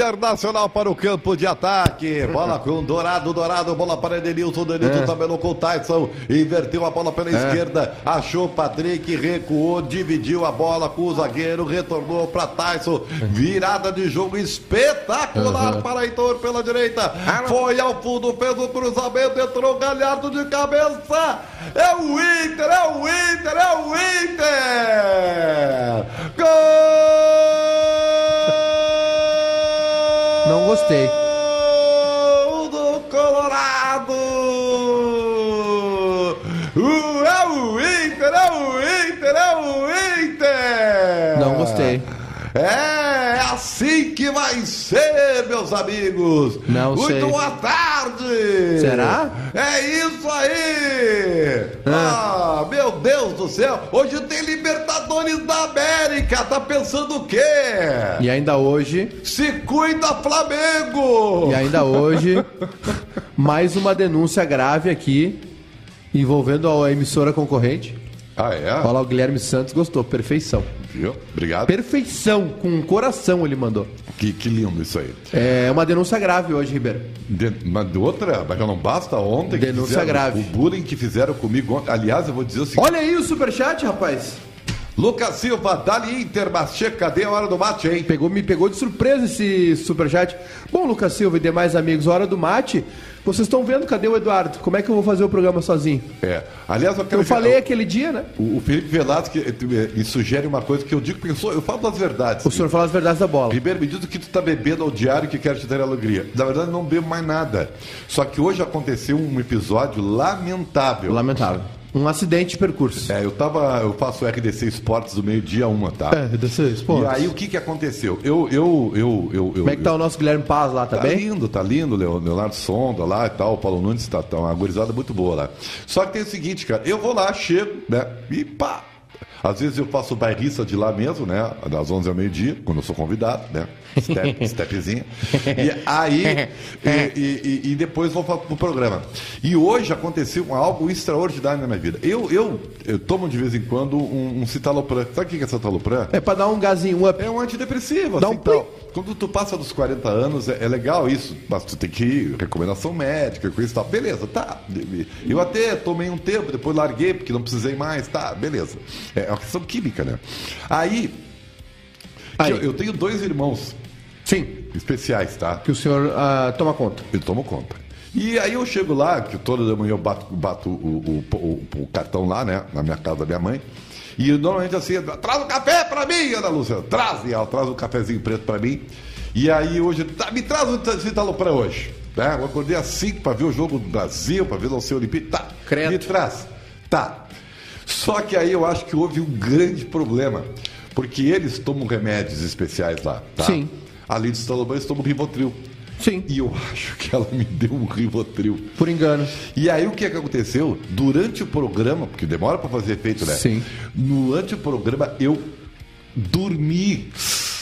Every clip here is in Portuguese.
Internacional para o campo de ataque. Bola com Dourado, bola para Edenilson. Edenilson tabelou com o Tyson. Inverteu a bola pela esquerda. Achou Patrick, recuou, dividiu a bola com o zagueiro, retornou para Tyson. Virada de jogo espetacular para Heitor pela direita. Foi ao fundo, fez o cruzamento, entrou Galhardo de cabeça. É o Inter, é o Inter, é o Inter! Gol! Não gostei. Do Colorado! É o Inter, é o Inter, é o Inter! Não gostei. É assim que vai ser, meus amigos. Não sei. Muito boa tarde. Será? É isso aí. Meu Deus do céu. Hoje tem Libertadores da América. Tá pensando o quê? E ainda hoje... Se cuida, Flamengo. E ainda hoje, mais uma denúncia grave aqui, envolvendo a emissora concorrente. Ah, é? Olha lá, o Guilherme Santos gostou. Perfeição. Viu? Obrigado. Perfeição, com um coração ele mandou. Que lindo isso aí. É uma denúncia grave hoje, Ribeiro. Mas outra, mas não basta ontem. Denúncia grave. O bullying que fizeram comigo ontem. Aliás, eu vou dizer o seguinte. Olha aí o superchat, rapaz. Lucas Silva, Dali Inter, mas che, cadê a hora do mate, hein? Me pegou de surpresa esse superchat. Bom, Lucas Silva e demais amigos, hora do mate. Vocês estão vendo, cadê o Eduardo? Como é que eu vou fazer o programa sozinho? Aliás, eu falei aquele dia, né? O Felipe Velasco me sugere uma coisa que eu digo, porque eu falo das verdades. O senhor fala as verdades da bola. Ribeiro, me diz o que tu tá bebendo ao diário que quero te dar alegria. Na verdade, eu não bebo mais nada. Só que hoje aconteceu um episódio lamentável. Lamentável. Um acidente de percurso. Eu faço RDC Esportes do meio-dia 1, tá? RDC Esportes. E aí, o que aconteceu? Como é que tá o nosso Guilherme Paz lá, tá bem? Tá lindo, Leonardo Sonda lá e tal, o Paulo Nunes tá uma gurizada muito boa lá. Só que tem o seguinte, cara, eu vou lá, chego, né, e pá! Às vezes eu faço bairrista de lá mesmo, né? Das 11 ao meio-dia, quando eu sou convidado, né? Stepzinha. E aí, e depois vou pro programa. E hoje aconteceu algo extraordinário na minha vida. Eu tomo de vez em quando um citalopram. Sabe o que é citalopram? É pra dar um gazinho up. É um antidepressivo. Dá assim, um plim. Quando tu passa dos 40 anos, é legal isso. Mas tu tem que ir, recomendação médica, coisa e tal. Beleza, tá. Eu até tomei um tempo, depois larguei, porque não precisei mais. Tá, beleza. É uma questão química, né? Aí. Eu tenho 2 irmãos. Sim. Especiais, tá? Que o senhor toma conta. Eu tomo conta. E aí eu chego lá, que toda manhã eu bato o cartão lá, né? Na minha casa da minha mãe. E normalmente assim, traz um café pra mim, Ana Lúcia. E ela traz um cafezinho preto pra mim. E aí hoje, me traz um citalopram hoje. Né? Eu acordei às 5 pra ver o jogo do Brasil, pra ver o seu Olimpíada. Tá, Credo. Me traz. Tá. Só que aí eu acho que houve um grande problema. Porque eles tomam remédios especiais lá, tá? Sim. Além do citalopram, eles tomam Rivotril. Sim. E eu acho que ela me deu um Rivotril. Por engano. E aí o que aconteceu? Durante o programa, porque demora pra fazer efeito, né? Sim. Durante o programa, eu dormi.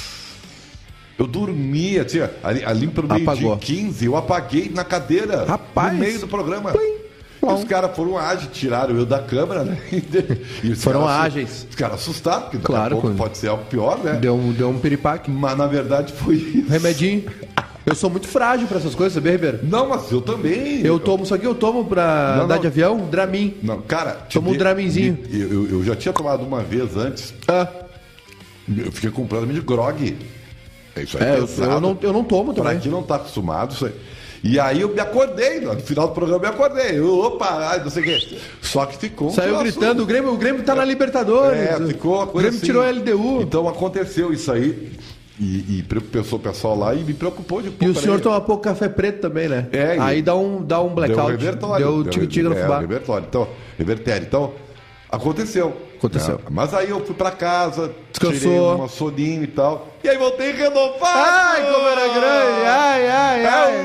Assim, ali pro meio-dia 15, eu apaguei na cadeira. Rapaz. No meio do programa. Plim. Os caras foram ágeis, tiraram eu da câmera, né? E foram ágeis. Os caras assustados, porque daqui claro, a pouco pode ser algo pior, né? Deu um piripaque. Mas na verdade foi isso. Remedinho. Eu sou muito frágil pra essas coisas, sabia, Ribeiro? Não, mas eu também. Eu tomo pra andar de avião, Dramin. Não, cara... Tomo um Draminzinho. Eu já tinha tomado uma vez antes. Eu fiquei comprando de grog. Isso aí é pesado. Eu não tomo também. Pra quem não tá acostumado, isso aí. E aí eu me acordei, no final do programa eu me acordei. Opa, não sei o quê. Só que ficou... Saiu gritando, o Grêmio tá na Libertadores. Ficou a coisa O Grêmio tirou a LDU. Então aconteceu isso aí. E pensou o pessoal lá e me preocupou de pouco. E o senhor toma pouco café preto também, né? Aí dá um blackout. Deu tico-tico no fubá. Revertério. Então, aconteceu. Mas aí eu fui pra casa, descansou, tirei uma soninha e tal. E aí voltei renovado. Ai, como era grande. Ai. É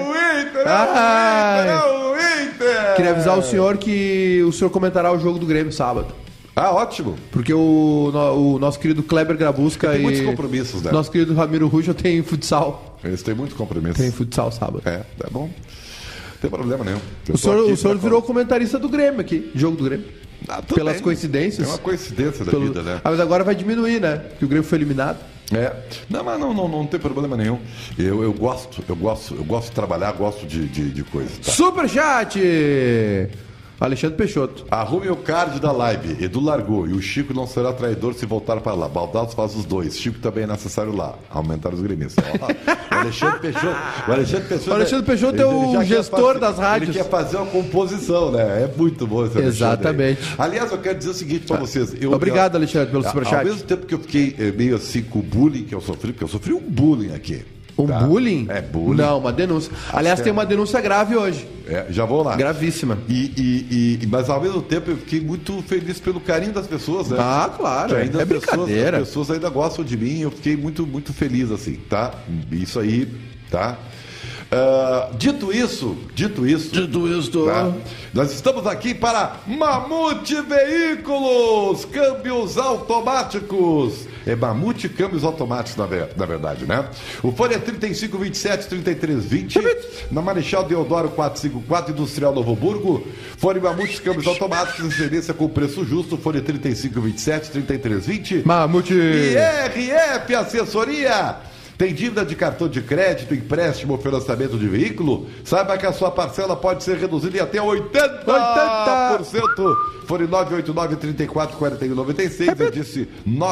o Inter. Queria avisar o senhor que o senhor comentará o jogo do Grêmio sábado. Ótimo. Porque o nosso querido Kleber Grabusca tem muitos compromissos, né? Nosso querido Ramiro Rujo tem futsal. Eles têm muitos compromissos. Tem futsal sábado. É bom. Não tem problema nenhum. O senhor virou comentarista do Grêmio aqui, jogo do Grêmio. Pelas coincidências. É uma coincidência da vida, né? Mas agora vai diminuir, né? Porque o Grêmio foi eliminado. Não, mas não tem problema nenhum. Eu gosto de trabalhar, gosto de coisa. Tá? Superchat! Alexandre Peixoto. Arrume o card da live. Edu largou. E o Chico não será traidor se voltar para lá. Baldasso faz os dois. Chico também é necessário lá. Aumentar os gremistas. O Alexandre Peixoto é o gestor das rádios. Ele quer fazer uma composição, né? É muito bom esse Exatamente. Aliás, eu quero dizer o seguinte para vocês. Obrigado, Alexandre, pelo superchat. Ao mesmo tempo que eu fiquei meio assim com o bullying que eu sofri, porque eu sofri um bullying aqui. Um bullying? É bullying. Não, uma denúncia. Aliás, tem uma denúncia grave hoje. Já vou lá. Gravíssima. Mas ao mesmo tempo eu fiquei muito feliz pelo carinho das pessoas, né? Ah, claro. É brincadeira. As pessoas ainda gostam de mim, eu fiquei muito, muito feliz, assim, tá? Isso aí, tá? Dito isso, tá? Nós estamos aqui para Mamute Veículos, câmbios automáticos. É Mamute Câmbios Automáticos, na verdade, né? O fone é 3527-3320, na Marechal Deodoro 454, Industrial Novo Burgo. Fone Mamute Câmbios Automáticos, excelência com preço justo, fone 3527-3320. Mamute! IRF Assessoria. Tem dívida de cartão de crédito, empréstimo ou financiamento de veículo? Saiba que a sua parcela pode ser reduzida em até 80%. Fone 989-3441-96. Eu disse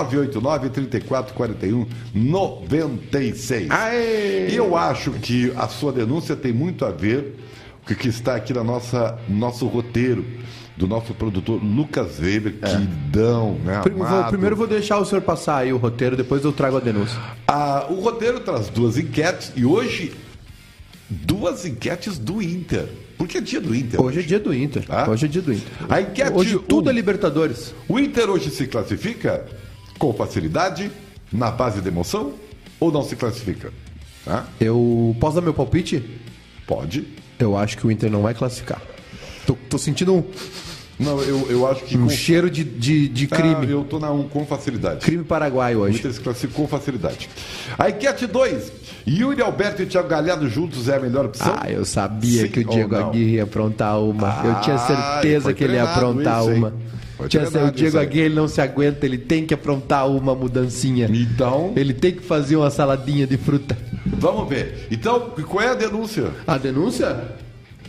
989-3441-96. Aê! E eu acho que a sua denúncia tem muito a ver com o que está aqui no nosso roteiro do nosso produtor Lucas Weber, queridão, né? Primeiro vou deixar o senhor passar aí o roteiro, depois eu trago a denúncia. O roteiro traz duas enquetes e hoje duas enquetes do Inter. Porque é dia do Inter. Hoje é dia do Inter. Hoje é dia do Inter. A enquete hoje tudo é Libertadores. O Inter hoje se classifica com facilidade, na base de emoção, ou não se classifica? Eu posso dar meu palpite? Pode. Eu acho que o Inter não vai classificar. Tô sentindo um... Não, eu acho que... cheiro de crime. Eu tô com facilidade. Crime paraguaio hoje. O Inter se classifica com facilidade. A enquete 2. Yuri Alberto e Thiago Galhardo juntos é a melhor opção? Eu sabia que o Diego Aguirre ia aprontar uma. Eu tinha certeza que ele ia aprontar uma. O Diego Aguirre ele não se aguenta, ele tem que aprontar uma mudancinha. Então... Ele tem que fazer uma saladinha de fruta. Vamos ver. Então, qual é a denúncia? A denúncia?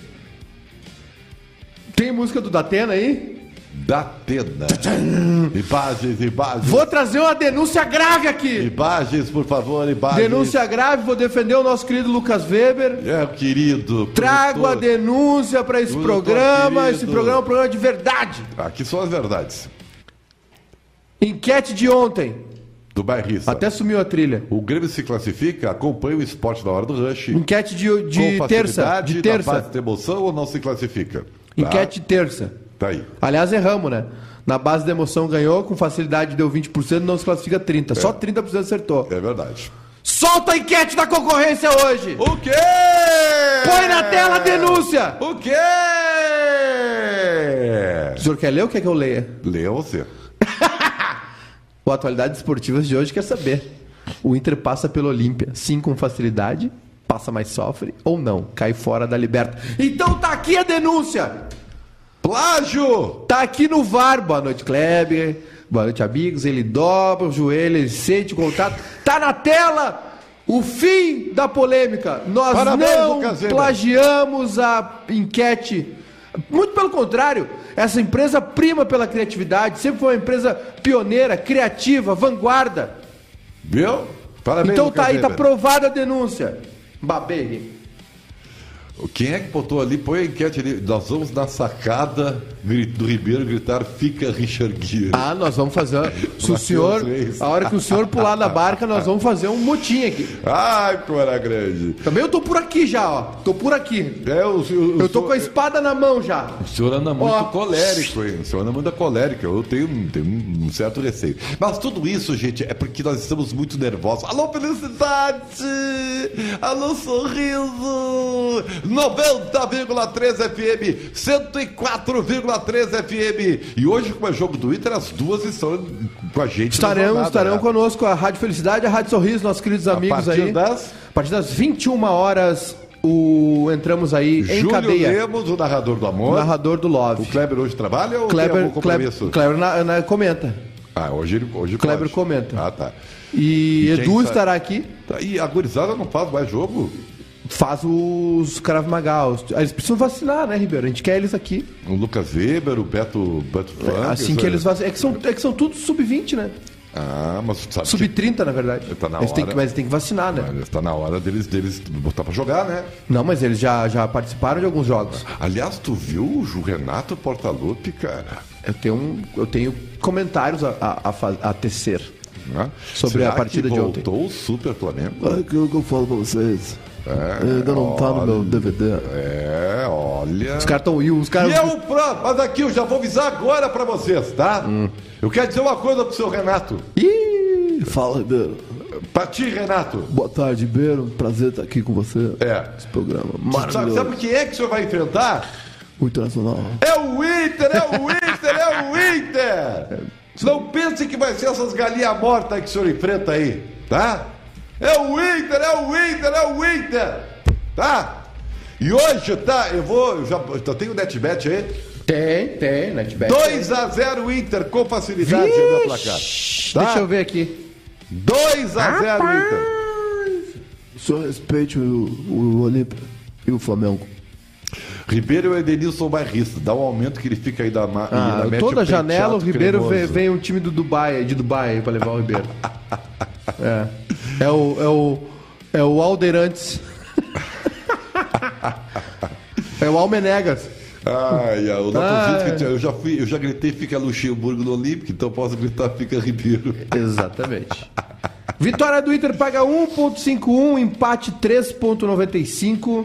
Tem música do Datena aí? Datena. Imagens. Vou trazer uma denúncia grave aqui. Imagens, por favor, imagens. Denúncia grave, vou defender o nosso querido Lucas Weber. Querido. Trago a denúncia para esse programa. Esse programa é um programa de verdade. Aqui são as verdades. Enquete de ontem. Do bairrista. Até sumiu a trilha. O Grêmio se classifica, acompanha o esporte na hora do rush. Enquete de terça. De terça. Na base de emoção ou não se classifica? Enquete de terça. Tá aí. Aliás, erramos, né? Na base da emoção ganhou, com facilidade deu 20%, não se classifica 30%. Só 30% acertou. É verdade. Solta a enquete da concorrência hoje! O quê? Põe na tela a denúncia! O quê? O senhor quer ler ou quer que eu leia? Leia você. O Atualidades Esportivas de hoje quer saber. O Inter passa pelo Olímpia, sim, com facilidade, passa, mais sofre, ou não, cai fora da Liberta. Então tá aqui a denúncia! Plágio! Tá aqui no VAR. Boa noite, Kleber. Boa noite, amigos. Ele dobra o joelho, ele sente o contato. Tá na tela o fim da polêmica. Nós não plagiamos a enquete. Muito pelo contrário, essa empresa prima pela criatividade. Sempre foi uma empresa pioneira, criativa, vanguarda. Viu? Parabéns, então tá aí, Weber. tá provada a denúncia. Babei. Quem é que botou ali? Põe a enquete ali. Nós vamos na sacada do Ribeiro gritar: fica Richard Gere. Nós vamos fazer. Se o senhor, a hora que o senhor pular da barca, nós vamos fazer um motim aqui. Ai, como era grande. Também eu tô por aqui já, ó. Tô por aqui. Eu tô com a espada na mão já. O senhor anda muito colérico, hein? O senhor anda muito colérico. Eu tenho um certo receio. Mas tudo isso, gente, é porque nós estamos muito nervosos. Alô, felicidade! Alô, sorriso! 90,3 FM, 104,3 FM. E hoje, como é jogo do Inter, as duas estão com a gente. Estarão conosco a Rádio Felicidade e a Rádio Sorriso, nossos queridos amigos aí. A partir das 21 horas, entramos aí em cadeia. Júlio Lemos, o narrador do amor. O narrador do Love. O Kleber hoje trabalha ou tem algum compromisso? Kleber comenta. Hoje o Kleber comenta. Tá. E Edu estará aqui. E a gurizada não faz mais jogo? Faz os Krav Maga. Eles precisam vacinar, né, Ribeiro? A gente quer eles aqui. O Lucas Weber, o Beto Funk. Assim que eles vacinam. É que são todos sub-20, né? Mas tu sabe sub-30, na verdade. Tá na hora. Mas tem que vacinar, né? Mas está na hora deles botar pra jogar, né? Não, mas eles já participaram de alguns jogos. Aliás, tu viu o Renato Portaluppi, cara? Eu tenho comentários a tecer sobre a partida de ontem. Voltou o Super Flamengo? Aquilo que eu falo pra vocês. Ainda não tá no meu DVD. Olha. Os caras estão. E é o próximo. Mas aqui eu já vou avisar agora pra vocês, tá? Eu quero dizer uma coisa pro seu Renato. Fala, Ribeiro. Pra ti, Renato. Boa tarde, Ribeiro. Prazer estar aqui com você. Esse programa maravilhoso. Sabe quem é que o senhor vai enfrentar? O Internacional. É o Inter! Não pense que vai ser essas galinhas mortas que o senhor enfrenta aí, tá? É o Inter! Tá? E hoje, tá? Eu já tenho o NetBet aí? Tem, NetBet. 2-0 Inter, com facilidade, é o meu placar. Tá? Deixa eu ver aqui. 2-0 Inter. O senhor respeite o Olímpia e o Flamengo. Ribeiro e o Edenilson bairrista. Dá um aumento que ele fica aí da toda janela o Ribeiro vem um time de Dubai aí pra levar o Ribeiro. É o Aldeirantes. É o Almenegas. O Natovic, eu já gritei fica Luxemburgo no Olímpico, então posso gritar fica Ribeiro. Exatamente. Vitória do Inter paga 1,51, empate 3,95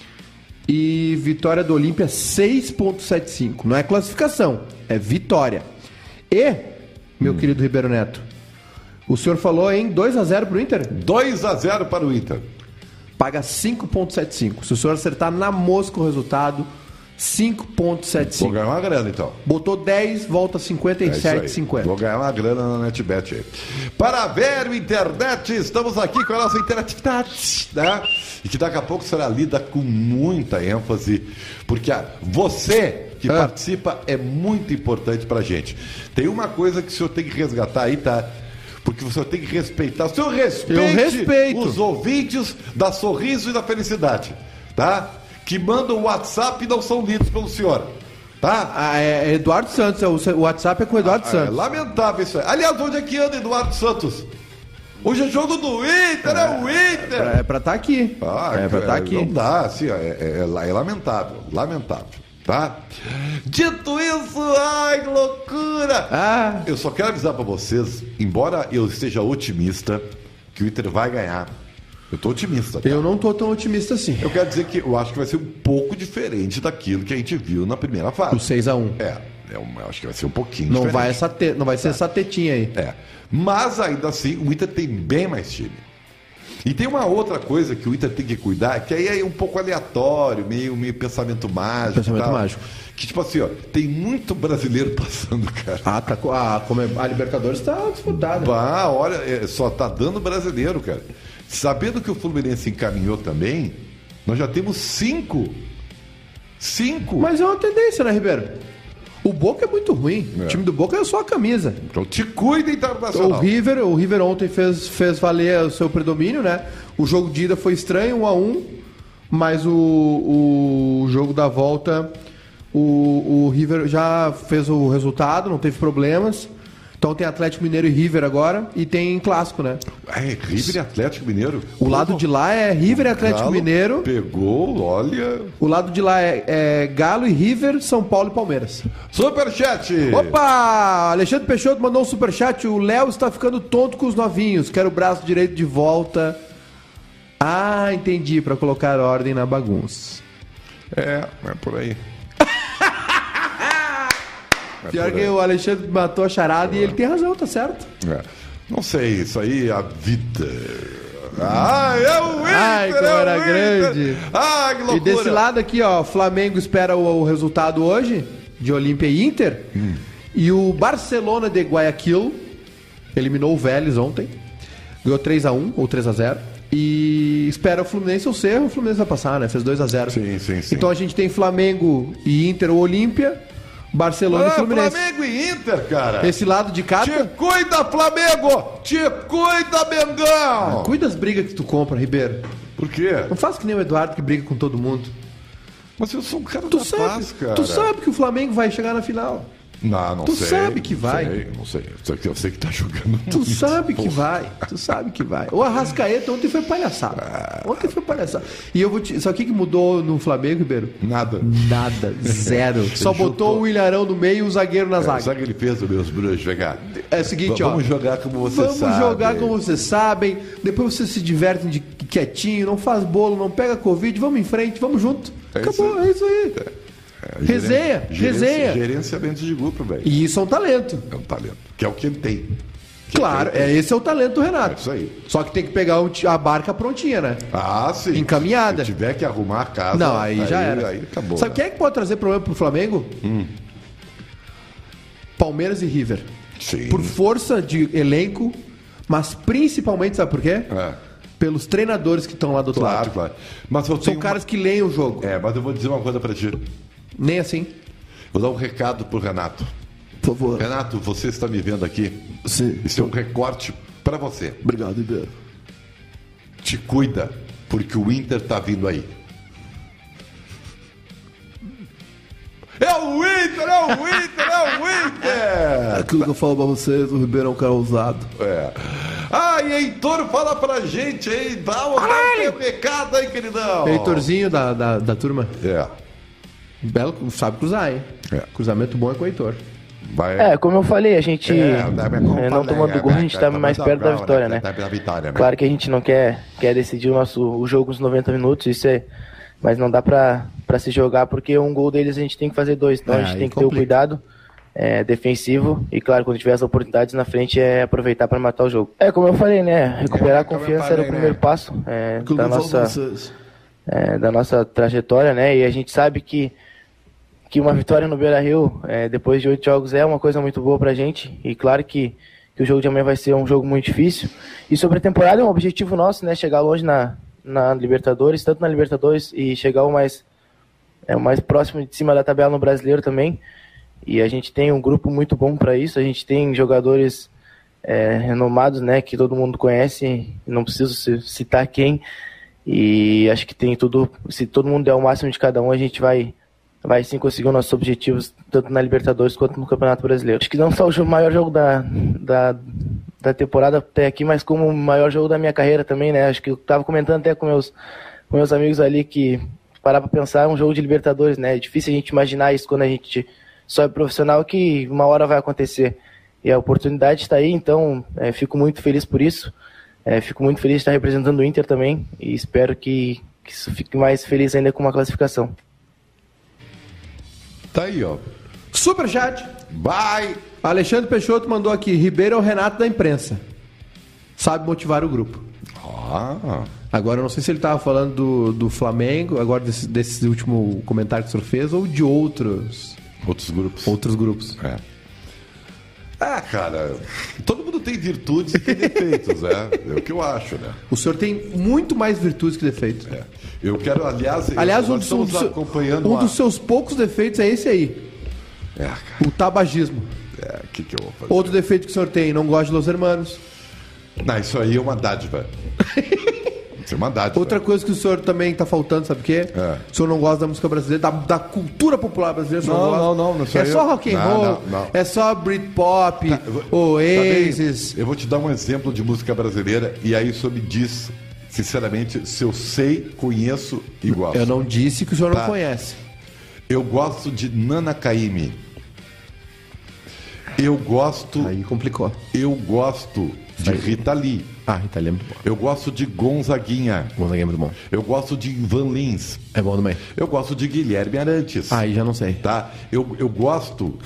e vitória do Olímpia 6,75. Não é classificação, é vitória. E, meu querido Ribeiro Neto, o senhor falou em 2-0 pro Inter? 2-0 para o Inter. Paga 5,75. Se o senhor acertar na mosca o resultado, 5,75. Vou ganhar uma grana, então. Botou 10, volta 57,50. Vou ganhar uma grana na NetBet aí. Para a Vero Internet, estamos aqui com a nossa interatividade, né? E que daqui a pouco será lida com muita ênfase, porque você que participa é muito importante pra gente. Tem uma coisa que o senhor tem que resgatar aí, tá? Porque o senhor tem que respeitar. O senhor respeite os ouvintes da Sorriso e da Felicidade, tá? Que mandam o WhatsApp e não são lidos pelo senhor, tá? É Eduardo Santos, o WhatsApp é com o Eduardo Santos. É lamentável isso aí. Aliás, onde é que anda Eduardo Santos? Hoje é jogo do Inter, é o Inter! É pra estar aqui. Pra estar aqui. Não dá, assim, é lamentável, tá? Dito isso, ai, que loucura! Eu só quero avisar pra vocês, embora eu esteja otimista, que o Inter vai ganhar. Eu tô otimista. Tá? Eu não tô tão otimista assim. Eu quero dizer que eu acho que vai ser um pouco diferente daquilo que a gente viu na primeira fase. O 6-1. Eu acho que vai ser um pouquinho não diferente. Não vai ser essa tetinha aí. Mas ainda assim, o Inter tem bem mais time. E tem uma outra coisa que o Inter tem que cuidar, que aí é um pouco aleatório, meio pensamento mágico. Que tipo assim, tem muito brasileiro passando, cara. A Libertadores tá disputada. Olha, só tá dando brasileiro, cara. Sabendo que o Fluminense encaminhou também, nós já temos 5. Mas é uma tendência, né, Ribeiro? O Boca é muito ruim. O time do Boca é só a camisa. Então te cuida, Internacional. O River ontem fez valer o seu predomínio, né? O jogo de ida foi estranho, 1-1, mas o jogo da volta, o River já fez o resultado, não teve problemas. Então tem Atlético Mineiro e River agora, e tem clássico, né? River e Atlético Mineiro? O lado de lá é River e Atlético Mineiro. Pegou, olha... O lado de lá é Galo e River, São Paulo e Palmeiras. Superchat! Opa! Alexandre Peixoto mandou um superchat. O Léo está ficando tonto com os novinhos. Quero o braço direito de volta. Entendi. Para colocar ordem na bagunça. É por aí. Pior que o Alexandre matou a charada e ele tem razão, tá certo. Não sei, isso aí é a vida. É o Inter! Como era grande! Que loucura! E desse lado aqui, Flamengo espera o resultado hoje, de Olímpia e Inter. E o Barcelona de Guayaquil eliminou o Vélez ontem. Ganhou 3-1 ou 3-0. E espera o Fluminense ou Cerro. O Fluminense vai passar, né? Fez 2-0. Sim. Então a gente tem Flamengo e Inter ou Olímpia. Barcelona e Fluminense. Flamengo e Inter, cara. Esse lado de cá... Te cuida, Flamengo! Te cuida, Mengão! Cuida das brigas que tu compra, Ribeiro. Por quê? Não faz que nem o Eduardo que briga com todo mundo. Mas eu sou um cara da paz, cara. Tu sabe que o Flamengo vai chegar na final. Não tu sei. Tu sabe que vai. Não sei. Eu sei que tá jogando Tu muito, sabe que vai. Tu sabe que vai. O Arrascaeta ontem foi palhaçada. Ontem foi palhaçada. E eu vou te... Sabe o que mudou no Flamengo, Ribeiro? Nada. Zero. Só botou o Ilharão no meio e o zagueiro na zaga. Sabe o que ele fez, meus bruxos? Vem cá. É o seguinte, vamos jogar como vocês sabem. Vamos jogar como vocês sabem. Depois vocês se divertem de quietinho, não faz bolo, não pega Covid. Vamos em frente, vamos junto. Acabou, é isso aí. Resenha. Gerenciamento de grupo, velho. E isso é um talento. É um talento. Que é o que ele tem. Claro, esse é o talento do Renato. É isso aí. Só que tem que pegar a barca prontinha, né? Ah, sim. Encaminhada. Se tiver que arrumar a casa... Não, aí já era. Aí acabou. Sabe quem é que pode trazer problema pro Flamengo? Palmeiras e River. Sim. Por força de elenco, mas principalmente, sabe por quê? Pelos treinadores que estão lá do outro lado. Claro. Mas são caras que leem o jogo. Mas eu vou dizer uma coisa pra ti. Nem assim. Vou dar um recado pro Renato. Por favor. Renato, você está me vendo aqui. Sim. Isso é um recorte pra você. Obrigado, Ribeiro. Te cuida, porque o Inter tá vindo aí. É o Inter! Aquilo que eu falo pra vocês, o Ribeiro é um cara ousado. E Heitor, fala pra gente aí, dá um recado aí, queridão. Heitorzinho da turma. Belo, sabe cruzar, hein? Cruzamento bom é com o Heitor. Como eu falei, a gente não tomando gol, a gente tá mais perto da vitória, né? Claro que a gente não quer decidir o jogo nos 90 minutos, mas não dá pra se jogar, porque um gol deles a gente tem que fazer 2, então a gente tem que ter o cuidado defensivo e, claro, quando tiver as oportunidades na frente, aproveitar para matar o jogo. Como eu falei, né? Recuperar a confiança era o primeiro passo da nossa trajetória, né? E a gente sabe que uma vitória no Beira-Rio, depois de 8 jogos, é uma coisa muito boa pra gente, e claro que o jogo de amanhã vai ser um jogo muito difícil. E sobre a temporada é um objetivo nosso, né? Chegar longe na Libertadores, tanto na Libertadores e chegar o mais próximo de cima da tabela no Brasileiro também. E a gente tem um grupo muito bom para isso, a gente tem jogadores renomados, né, que todo mundo conhece, não preciso citar quem, e acho que tem tudo, se todo mundo der o máximo de cada um, a gente vai sim conseguir os nossos objetivos, tanto na Libertadores quanto no Campeonato Brasileiro. Acho que não só o maior jogo da temporada até aqui, mas como o maior jogo da minha carreira também, né, acho que eu estava comentando até com meus amigos ali que parar para pensar é um jogo de Libertadores, né, é difícil a gente imaginar isso quando a gente só é profissional, que uma hora vai acontecer. E a oportunidade está aí, então fico muito feliz por isso. Fico muito feliz de estar representando o Inter também. E espero que isso fique mais feliz ainda com uma classificação. Tá aí, ó. Superchat. Vai! Alexandre Peixoto mandou aqui: Ribeiro é o Renato da imprensa. Sabe motivar o grupo. Agora eu não sei se ele estava falando do Flamengo, agora desse último comentário que o senhor fez, ou de outros grupos. Cara, todo mundo tem virtudes e tem defeitos, né? É o que eu acho, né? O senhor tem muito mais virtudes que defeitos. Eu quero, aliás, um dos seus poucos defeitos é esse aí. Cara. O tabagismo. Que eu vou fazer? Outro defeito que o senhor tem, não gosta de Los Hermanos. Não, isso aí é uma dádiva. Isso é uma dádiva. Outra coisa que o senhor também está faltando, sabe o quê? O senhor não gosta da música brasileira, da cultura popular brasileira. Não. É só rock and roll, é só Britpop, Oasis. Eu vou te dar um exemplo de música brasileira e aí o senhor me diz, sinceramente, se eu sei, conheço e gosto. Eu não disse que o senhor não conhece. Eu gosto de Nana Caymmi. Eu gosto... Aí complicou. Eu gosto de Rita Lee. Rita Lee é muito bom. Eu gosto de Gonzaguinha. Gonzaguinha é muito bom. Eu gosto de Ivan Lins. É bom também. Eu gosto de Guilherme Arantes. Aí já não sei. Tá? Eu gosto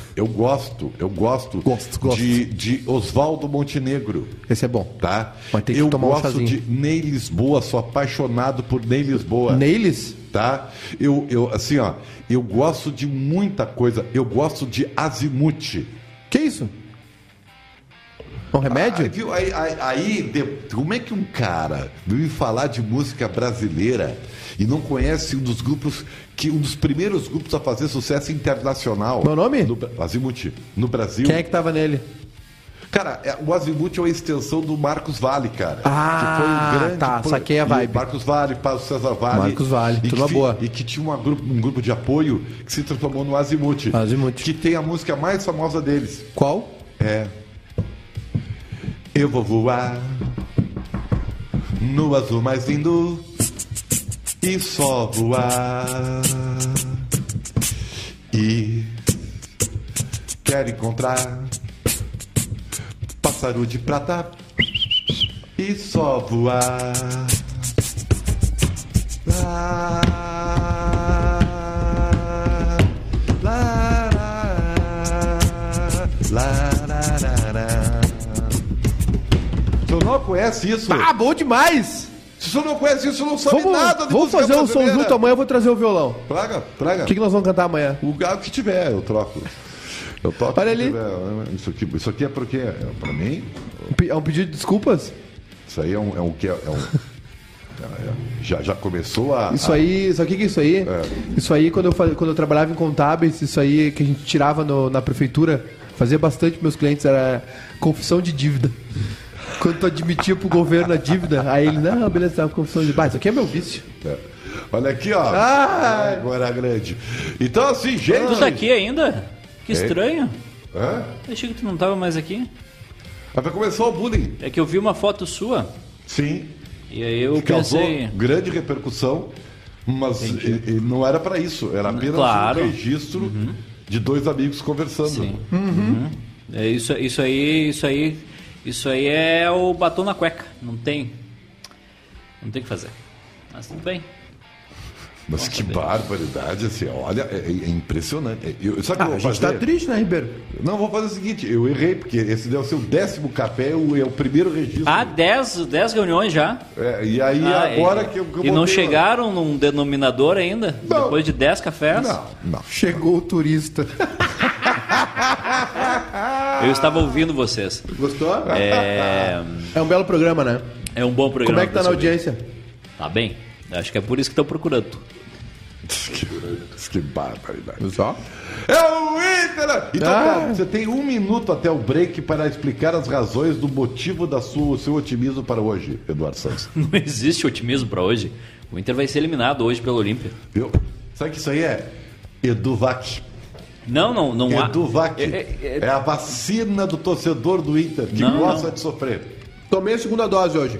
de Oswaldo Montenegro. Esse é bom. Tá? Mas tem que tomar um chazinho. Eu gosto de Ney Lisboa, sou apaixonado por Ney Lisboa. Neylis? Tá? Eu gosto de muita coisa. Eu gosto de Azimuth. Que isso? Um remédio? Como é que um cara veio falar de música brasileira e não conhece um dos primeiros grupos a fazer sucesso internacional? Meu nome? Azimuth. No Brasil. Quem é que tava nele? Cara, o Azimuth é uma extensão do Marcos Valle, cara. Que foi um grande... saquei a vibe. Marcos Valle, Paulo César Valle. Marcos Valle, turma boa. E que tinha um grupo de apoio que se transformou no Azimuth. Que tem a música mais famosa deles. Qual? Eu vou voar no azul mais lindo e só voar. E quero encontrar pássaro de prata e só voar. Lá, lá, lá, lá, lá, lá. Se você não conhece isso... bom demais! Se você não conhece isso, não sabe nada de Vamos fazer um som junto amanhã, eu vou trazer o violão. Traga. O que nós vamos cantar amanhã? O galo que tiver, eu troco. Eu toco. Olha ali. Isso aqui é porque, pra mim... É um pedido de desculpas? Isso aí já começou a... Isso aí, sabe o que é isso aí? Isso aí, quando eu trabalhava em contábeis, isso aí que a gente tirava na prefeitura, fazia bastante para meus clientes, era confissão de dívida. Quando tu admitia pro governo a dívida, aí ele, não, beleza, tá, confissão de dívida. Isso aqui é meu vício. Olha aqui, ó. Agora grande. Então, assim, gente... Tu tá aqui ainda? Que estranho. Eu achei que tu não tava mais aqui. Mas vai começar o bullying. É que eu vi uma foto sua. Sim. E aí eu causou pensei... grande repercussão, mas não era pra isso. Era apenas um registro de dois amigos conversando. Sim. É isso aí é o batom na cueca. Não tem o que fazer. Mas tudo bem. Mas que barbaridade, assim, olha, é impressionante. Sabe a gente tá triste, né, Ribeiro? Não, vou fazer o seguinte, eu errei, porque esse deve ser o 10º café, é o primeiro registro. 10 reuniões já. E aí agora que eu e não chegaram num denominador ainda? Não. Depois de 10 cafés? Não. Chegou o turista. Eu estava ouvindo vocês. Gostou? É um belo programa, né? É um bom programa. Como é que tá na audiência? Tá bem. Acho que é por isso que estão procurando. Que barbaridade. Só? É o Inter! Então, você tem 1 minuto até o break para explicar as razões do motivo do seu otimismo para hoje, Eduardo Santos. Não existe otimismo para hoje. O Inter vai ser eliminado hoje pelo Olímpia. Viu? Sabe que isso aí é? Eduvac. Não há. Eduvac. É a vacina do torcedor do Inter que gosta de sofrer. Tomei a segunda dose hoje.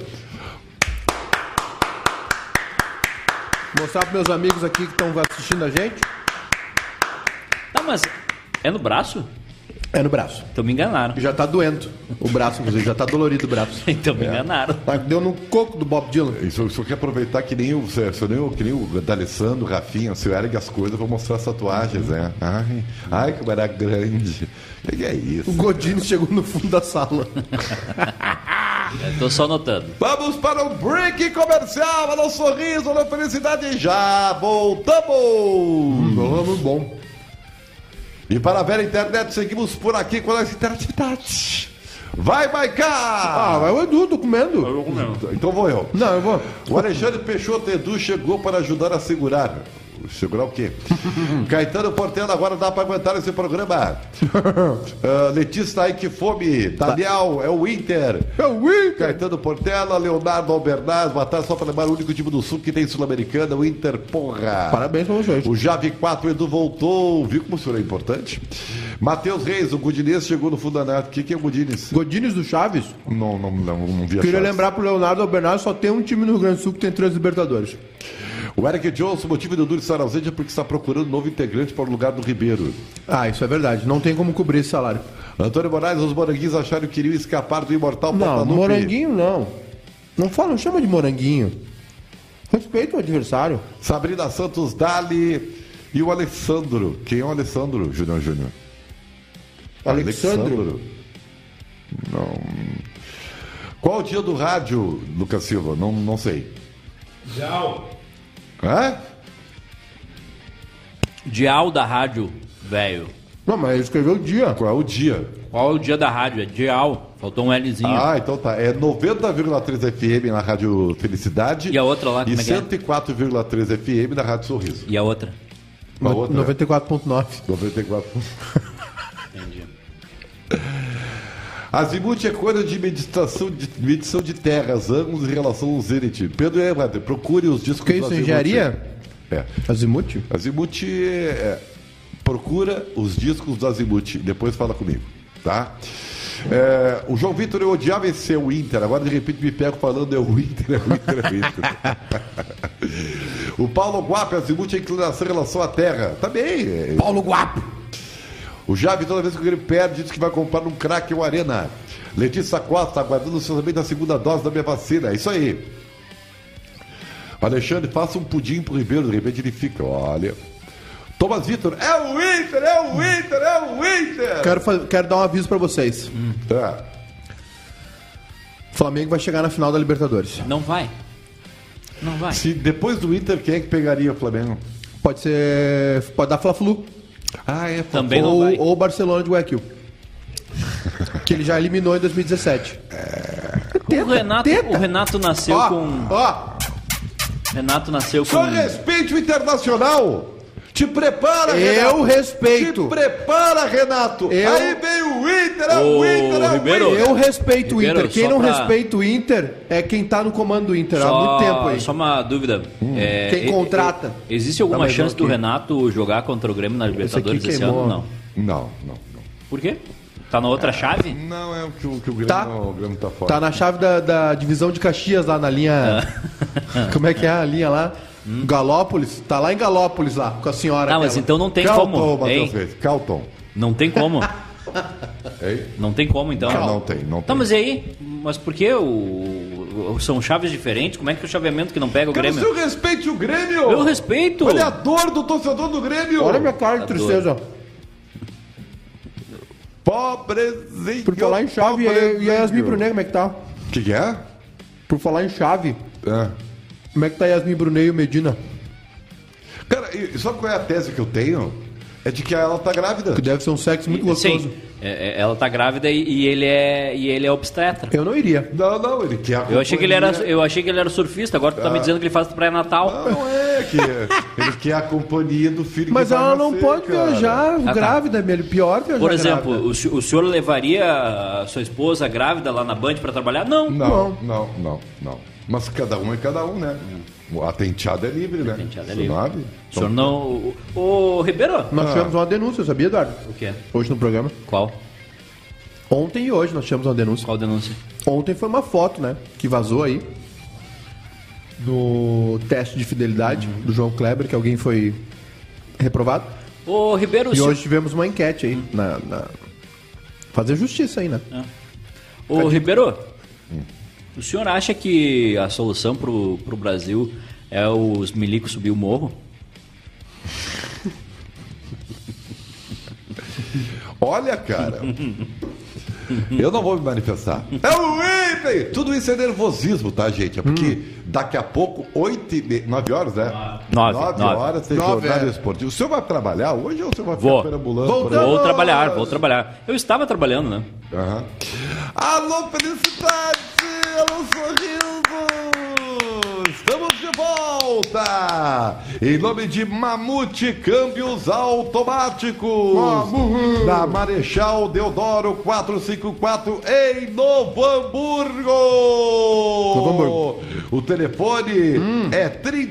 Mostrar para meus amigos aqui que estão assistindo a gente. Tá, mas é no braço? É no braço. Então me enganaram. Já tá doendo o braço, inclusive, já tá dolorido o braço. Então me enganaram. Deu no coco do Bob Dylan. Isso quer aproveitar que nem o D'Alessandro, o Rafinha, o seu ergue as coisas, vou mostrar as tatuagens, né? Ai, que era grande. O que é isso? O Godinho chegou no fundo da sala. Tô só anotando. Vamos para o break comercial, no sorriso, na felicidade. Já voltamos! Vamos, bom. E para a Vera Internet, seguimos por aqui com as interatividades. Vai cá! Vai o Edu, tô comendo. Eu vou comendo. Então vou eu. Não, eu vou. O Alexandre Peixoto Edu chegou para ajudar a segurar. Segurar o quê? Caetano Portela, agora dá para aguentar esse programa. Letícia, ai que fome. Daniel, é o Inter. É o Inter. Caetano Portela, Leonardo Albernaz, boa tarde, só para lembrar o único time do Sul que tem Sul-Americana, o Inter, porra. Parabéns pra vocês. O Jave 4, o Edu voltou. Viu como o senhor é importante? Matheus Reis, o Godinez chegou no fundo da net. O que é o Godinez? Godinez do Chaves? Não vi a Queria Chaves. lembrar pro Leonardo Albernaz, só tem um time no Rio Grande do Sul que tem 3 Libertadores. O Eric Johnson, o motivo do Duro estar ausente é porque está procurando um novo integrante para o lugar do Ribeiro. Isso é verdade. Não tem como cobrir esse salário. Antônio Moraes, os moranguinhos acharam que iriam escapar do imortal Papalupe. Não, moranguinho não. Não chama de moranguinho. Respeita o adversário. Sabrina Santos, Dali e o Alessandro. Quem é o Alessandro, Júnior? Alexandro? Não. Qual o dia do rádio, Lucas Silva? Não sei. Dial. Hã? Dial da rádio, velho. Não, mas ele escreveu o dia. Qual é o dia? Qual é o dia da rádio? É dial. Faltou um Lzinho. Ah, então tá. É 90,3 FM na Rádio Felicidade. E a outra lá, como é que é? E 104,3 FM na Rádio Sorriso. E a outra? A outra 94.9. 94. Entendi. Azimuth é coisa de medição de terras, ângulos em relação ao Zenit. Pedro Everton, procure os discos Que isso, engenharia? É. Azimuth? Azimuth procura os discos do Azimuth, depois fala comigo, tá? O João Vitor, eu odiava esse o Inter, agora de repente me pego falando é o Inter. O Paulo Guapo, Azimuth é inclinação em relação à terra. Tá bem. Paulo Guapo. O Javi, toda vez que o Grêmio perde, diz que vai comprar um craque ou arena. Letícia Costa, aguardando o lançamento da segunda dose da minha vacina. É isso aí. Alexandre, faça um pudim pro Ribeiro, de repente ele fica. Olha. Thomas Vitor, é o Inter! Quero dar um aviso pra vocês. É. O Flamengo vai chegar na final da Libertadores. Não vai. Não vai. Se depois do Inter, quem é que pegaria o Flamengo? Pode dar Fla-Flu. Também não vai. Ou Barcelona de Guayaquil. Que ele já eliminou em 2017. O Renato nasceu com... Renato nasceu com... Só respeite o Internacional! Te prepara, Renato! Eu respeito! Te prepara, Renato! Aí vem o Inter, Ribeiro, Eu respeito o Ribeiro, Inter. Quem não respeita o Inter é quem tá no comando do Inter há muito tempo aí. Só uma dúvida. Quem contrata? Existe alguma chance do Renato jogar contra o Grêmio na Libertadores esse ano? Não. Não. Por quê? Tá na outra chave? Não, é o que o Grêmio, o Grêmio tá fora. Tá na chave da divisão de Caxias lá na linha... Como é que é a linha lá? Galópolis? Tá lá em Galópolis lá, com a senhora. Mas então não tem Calton, como. Calton. Não tem como. Ei? Não tem como, então. Não tem. Tá, mas e aí? Mas por que são chaves diferentes? Como é que é o chaveamento que não pega o Grêmio? Você respeite o Grêmio! Eu respeito! Olha a dor do torcedor do Grêmio! Olha a minha cara de tristeza. Pobrezinho! Por falar em chave, e a Yasmin Brunet, como é que tá? O que é? Por falar em chave, como é que tá Yasmin Brunet e o Medina? Cara, sabe qual é a tese que eu tenho? É de que ela tá grávida. Que deve ser um sexo muito gostoso. Sim, ela tá grávida e ele é obstetra. Eu não iria. Não, ele quer a Eu achei que ele era surfista, agora tu tá me dizendo que ele faz pré-natal. Não é, que ele quer a companhia do filho. Mas que vai ela não nascer, pode cara. viajar grávida, é pior viajar. Por exemplo, grávida. o senhor levaria a sua esposa grávida lá na Band pra trabalhar? Não. Não. Mas cada um é cada um, né? A tenteada é livre, né? A tenteada é livre. Sabe? O senhor não... Ô, Ribeiro. Nós tivemos uma denúncia, sabia, Eduardo? O quê? Hoje no programa. Qual? Ontem e hoje nós tivemos uma denúncia. Qual denúncia? Ontem foi uma foto, né? Que vazou aí. Do teste de fidelidade do João Kleber, que alguém foi reprovado. Ô, Ribeiro... E hoje tivemos uma enquete aí. Fazer justiça aí, né? Ô, Ribeiro... O senhor acha que a solução pro Brasil é os milicos subir o morro? Olha, cara... Eu não vou me manifestar. É o Inter! Tudo isso é nervosismo, tá, gente? É porque daqui a pouco, 9 horas, né? 9 horas tem jornada esportiva. O senhor vai trabalhar hoje ou o senhor vai ficar perambulando? Vou trabalhar. Eu estava trabalhando, né? Alô, felicidade! Alô, sorriso! Estamos de volta! Em nome de Mamute Câmbios Automáticos, da Marechal Deodoro 454 em Novo Hamburgo. O telefone é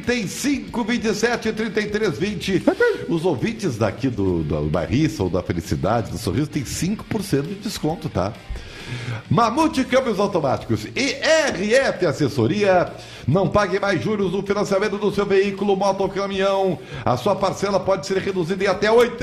3527-3320. Os ouvintes daqui do Bairrista ou da Felicidade, do Sorriso, tem 5% de desconto, tá? Mamute Câmbios Automáticos e RF Assessoria. Não pague mais juros no financiamento do seu veículo, moto ou caminhão. A sua parcela pode ser reduzida em até 80%.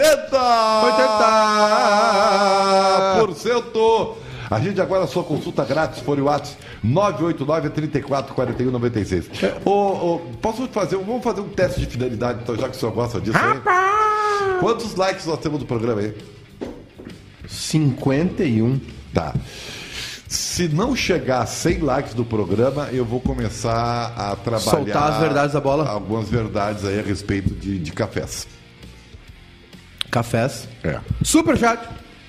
A gente agora, sua consulta grátis, fone WhatsApp 989-3441-96. Vamos fazer um teste de fidelidade, então, já que o senhor gosta disso aí. Quantos likes nós temos do programa aí? 51. Tá. Se não chegar a 100 likes do programa, eu vou começar a trabalhar... Soltar as verdades da bola? Algumas verdades aí a respeito de cafés. Cafés. É. Superchat.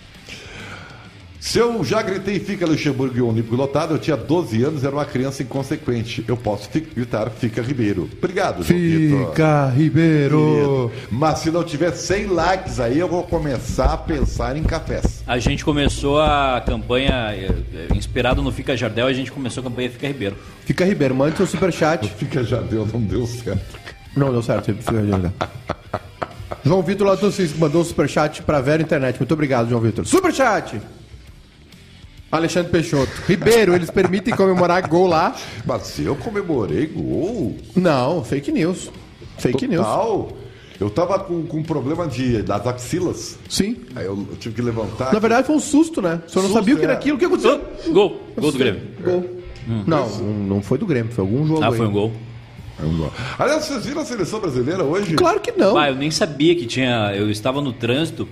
Se eu já gritei fica Luxemburgo e o Olímpico lotado, eu tinha 12 anos, era uma criança inconsequente. Eu posso gritar fica Ribeiro. Obrigado, João Vitor. Fica Ribeiro. Mas se não tiver 100 likes aí, eu vou começar a pensar em cafés. A gente começou a campanha, inspirado no Fica Jardel, a gente começou a campanha Fica Ribeiro. Fica Ribeiro, mande seu superchat. Fica Jardel, não deu certo. Não deu certo, Fica Jardel. João Vitor mandou um superchat pra Vera Internet. Muito obrigado, João Vitor. Superchat! Alexandre Peixoto. Ribeiro, eles permitem comemorar gol lá? Mas eu comemorei gol? Não, fake news. Fake Total. news. Eu tava com problema das axilas. Sim. Aí eu tive que levantar. Na verdade foi um susto, né? O senhor não sabia o que era aquilo. O que aconteceu? Gol do Grêmio. Gol. Não foi do Grêmio, foi algum jogo aí. Foi um gol. Aliás, vocês viram a seleção brasileira hoje? Claro que não. Eu nem sabia que tinha. Eu estava no trânsito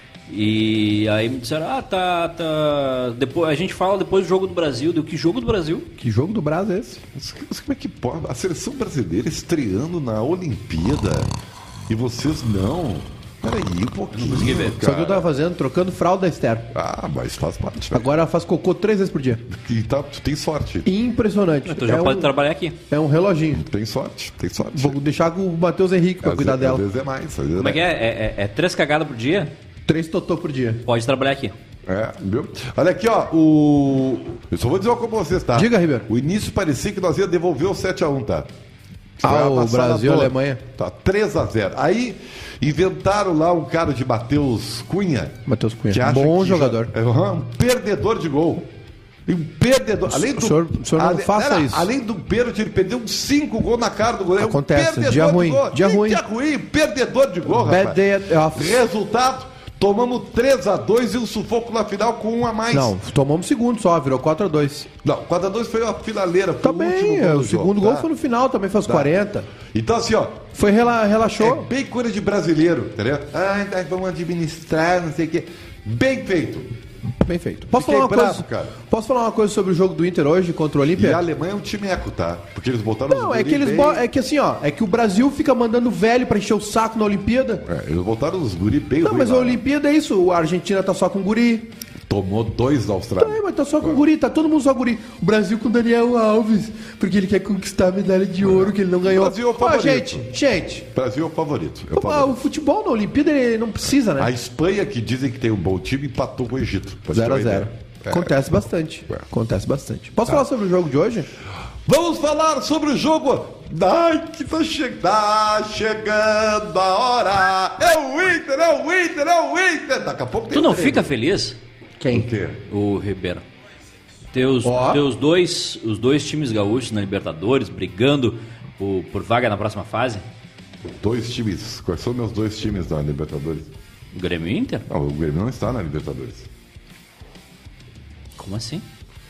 e aí me disseram: tá. Depois, a gente fala depois do jogo do Brasil. Deu que jogo do Brasil? Que jogo do Brasil é esse? Mas como é que pode? A seleção brasileira estreando na Olimpíada e vocês não? Peraí, um pouquinho. Não consegui ver. Cara. Só que eu tava fazendo, trocando fralda da Esther. Mas faz parte. Né? Agora ela faz cocô 3 vezes por dia. E tu tem sorte. Impressionante. Tu já pode trabalhar aqui. É um reloginho. Tem sorte. Vou deixar com o Matheus Henrique pra cuidar dela. Às vezes é mais. Como é que é? É 3 cagadas por dia? 3 totô por dia. Pode trabalhar aqui. Viu? Olha aqui, ó. Eu só vou dizer uma coisa pra vocês, tá? Diga, Ribeiro. O início parecia que nós ia devolver o 7-1, tá? O Brasil e a Alemanha. Tá, 3-0. Aí inventaram lá um cara de Matheus Cunha. Matheus Cunha. Que acha Bom que jogador. Um perdedor de gol. Um perdedor. Além do, o senhor não faça isso. Além do pênalti, ele perdeu uns 5 gols na cara do goleiro. Acontece. Um Dia ruim. Dia ruim. Perdedor de gol, Bad rapaz. day at office. Resultado: tomamos 3-2 e um sufoco na final com 1 a mais. Não, tomamos segundo só, virou 4-2. Não, 4-2 foi a finaleira. Foi Também, o segundo gol foi no final, também faz 40. Então assim, ó. Foi relaxou. É bem coisa de brasileiro, entendeu? Vamos administrar, não sei o quê. Bem feito. Bem feito. Posso falar uma coisa sobre o jogo do Inter hoje contra o Olímpia? E a Alemanha é um timeco, tá? Porque eles botaram Não, é que assim, ó, é que o Brasil fica mandando velho pra encher o saco na Olimpíada. Eles botaram os guri bem Não, ruim mas lá. a Olimpíada é isso, a Argentina tá só com guri. Tomou 2 da Austrália. Mas tá só com guri, tá todo mundo só guri. O Brasil com o Daniel Alves, porque ele quer conquistar a medalha de ouro que ele não ganhou. O Brasil é o favorito. Gente. O Brasil é o favorito. O futebol na Olimpíada ele não precisa, né? A Espanha, que dizem que tem um bom time, empatou com o Egito. 0-0. Acontece bastante. Acontece bastante. Posso falar sobre o jogo de hoje? Vamos falar sobre o jogo. Ai, que tá chegando a hora. É o Inter. Daqui a pouco tem Tu não fica feliz? Quem? O quê? O Ribeiro. Teus os dois times gaúchos na Libertadores brigando por vaga na próxima fase? 2 times. Quais são meus 2 times na Libertadores? O Grêmio e o Inter? Não, o Grêmio não está na Libertadores. Como assim?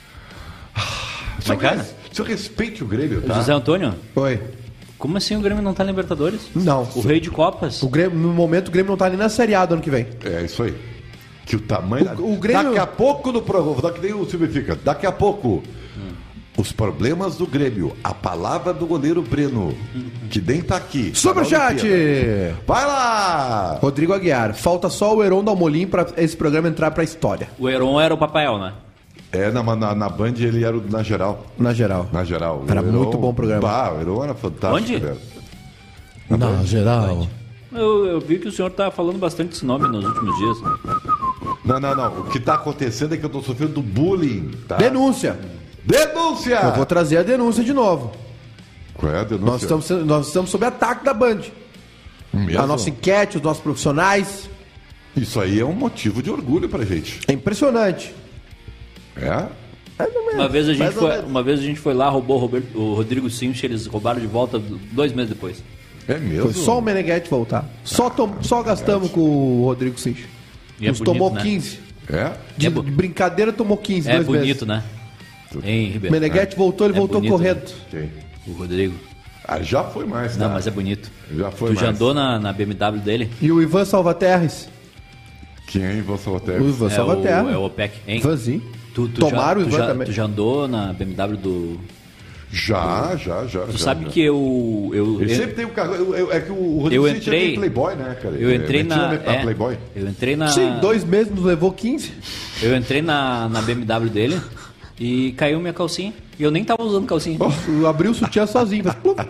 Se eu respeite o Grêmio, tá? José Antônio? Oi. Como assim o Grêmio não tá na Libertadores? Não. O rei de Copas? O Grêmio, no momento, o Grêmio não tá nem na Série A do ano que vem. É isso aí. Que o tamanho... O Grêmio... Daqui a pouco no programa, que nem o Silvio fica, daqui a pouco, os problemas do Grêmio, a palavra do goleiro Breno, que nem tá aqui. Superchat! Vai lá! Rodrigo Aguiar, falta só o Heron Dalmolin pra esse programa entrar pra história. O Heron era o Papael, né? Na Band ele era na geral. Na geral. Era muito bom o programa. O Heron era fantástico. Onde? Velho. Na geral. Eu vi que o senhor tá falando bastante esse nome nos últimos dias. Não. O que tá acontecendo é que eu tô sofrendo do bullying, tá? Denúncia! Eu vou trazer a denúncia de novo. Qual é a denúncia? Nós estamos sob ataque da Band. Mesmo? A nossa enquete, os nossos profissionais. Isso aí é um motivo de orgulho pra gente. É impressionante. É? Uma vez a gente foi lá, roubou o Rodrigo Simch, eles roubaram de volta 2 meses depois. É mesmo? Foi só o Meneghetti voltar. Só gastamos com o Rodrigo Sinch. Nos tomou 15. É? De brincadeira tomou 15. É bonito, né? Hein, Ribeiro? Meneghetti voltou, ele voltou bonito, correndo. Quem? O Rodrigo. Já foi mais, tá? Não, mas é bonito. Já foi Tu mais. já andou na BMW dele? E o Ivan Salvaterres. Quem é Ivan Salvaterres? O Ivan Salvaterres. É o OPEC, hein? Ivanzinho. Tu Tomaram o Ivan também. Tu já andou na BMW do Já. Tu sabe que eu ele sempre tem um carro. É que o Rodrigo entrei Playboy, né, cara? Eu entrei na Playboy. Eu entrei na. Sim, 2 meses nos levou 15. Eu entrei na BMW dele e caiu minha calcinha. E eu nem tava usando calcinha. Eu abri o sutiã sozinho.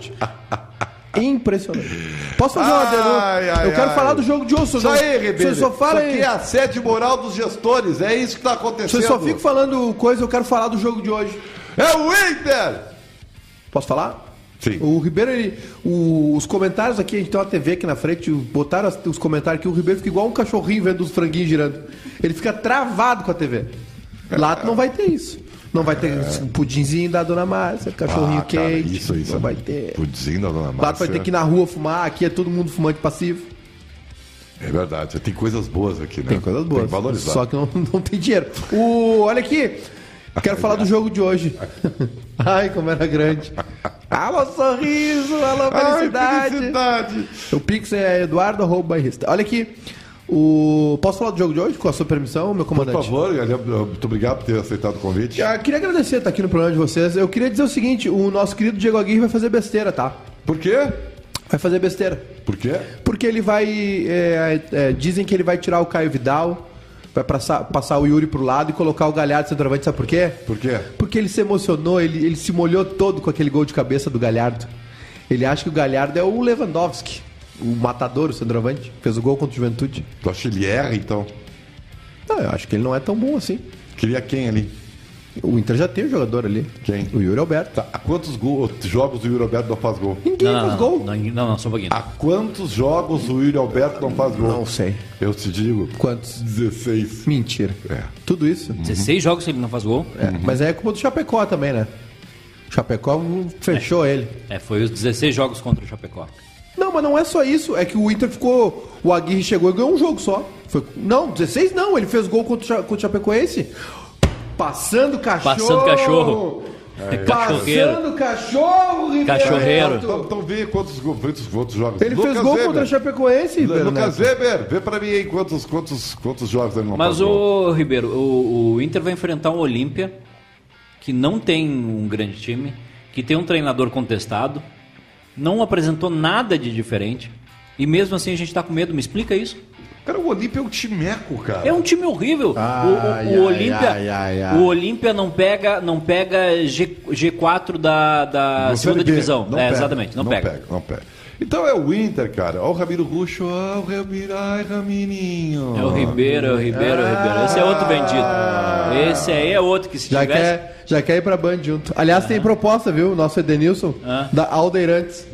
Impressionante. Posso fazer uma denúncia? Eu quero falar do jogo de hoje. Isso aí, Ribeiro. Você só fala isso aqui é assédio moral dos gestores. É isso que está acontecendo. Você só fica falando coisa, eu quero falar do jogo de hoje. É o Inter! Posso falar? Sim. O Ribeiro, os comentários aqui, a gente tem uma TV aqui na frente, botaram os comentários aqui, o Ribeiro fica igual um cachorrinho vendo os franguinhos girando. Ele fica travado com a TV. Lá tu não vai ter isso. Não vai ter um pudinzinho da Dona Márcia, cachorrinho quente. Isso. Não vai ter. Pudinzinho da Dona Márcia. Lá tu vai ter que ir na rua fumar, aqui é todo mundo fumante passivo. É verdade, tem coisas boas aqui, né? Tem coisas boas. Tem que valorizar. Só que não tem dinheiro. Olha aqui, quero falar do jogo de hoje. Ai, como era grande. Alô, sorriso, alô, felicidade. O Pix é Eduardo@bairrista. Olha aqui. Posso falar do jogo de hoje, com a sua permissão, meu comandante? Por favor, muito obrigado por ter aceitado o convite. Eu queria agradecer estar aqui no programa de vocês. Eu queria dizer o seguinte, o nosso querido Diego Aguirre vai fazer besteira, tá? Por quê? Vai fazer besteira. Por quê? Porque ele vai... dizem que ele vai tirar o Caio Vidal, vai passar o Yuri pro lado e colocar o Galhardo centroavante. Sabe por quê? Por quê? Porque ele se emocionou, ele se molhou todo com aquele gol de cabeça do Galhardo. Ele acha que o Galhardo é o Lewandowski. O matador, o centroavante, fez o gol contra o Juventude. Tu acha que ele erra, então? Não, eu acho que ele não é tão bom assim. Queria quem ali? O Inter já tem um jogador ali. Quem? O Yuri Alberto. Tá. Há quantos jogos o Yuri Alberto não faz gol? Ninguém faz gol. Não, só um pouquinho. Há quantos jogos o Yuri Alberto não faz gol? Não sei. Eu te digo. Quantos? 16. Mentira. Tudo isso? 16 jogos que ele não faz gol? Mas é culpa do Chapecó também, né? O Chapecó fechou ele. Foi os 16 jogos contra o Chapecó. Não, mas não é só isso. É que o Inter ficou... O Aguirre chegou e ganhou um jogo só. Não, 16 não. Ele fez gol contra o Chapecoense. Passando cachorro. Passando cachorro, Ribeiro. Cachorreiro. Então vê quantos jogos. Ele fez gol contra o Chapecoense, Ribeiro. Lucas Weber, vê pra mim aí quantos jogos ele não faz gol. Mas, ô Ribeiro, o Inter vai enfrentar um Olímpia que não tem um grande time, que tem um treinador contestado, não apresentou nada de diferente, e mesmo assim a gente tá com medo. Me explica isso. Cara, o Olímpia é um timeco, cara. É um time horrível. O Olímpia não pega G4 da segunda divisão. Exatamente, não pega. Então é o Inter, cara. Olha o Ramiro Ruxo, o Ramiro, ai, Ramirinho. É o Ribeiro. Esse é outro vendido. Esse aí é outro que se tivesse... Já quer ir pra Band junto. Aliás, tem proposta, viu? Nosso Edenilson, da Aldeirantes.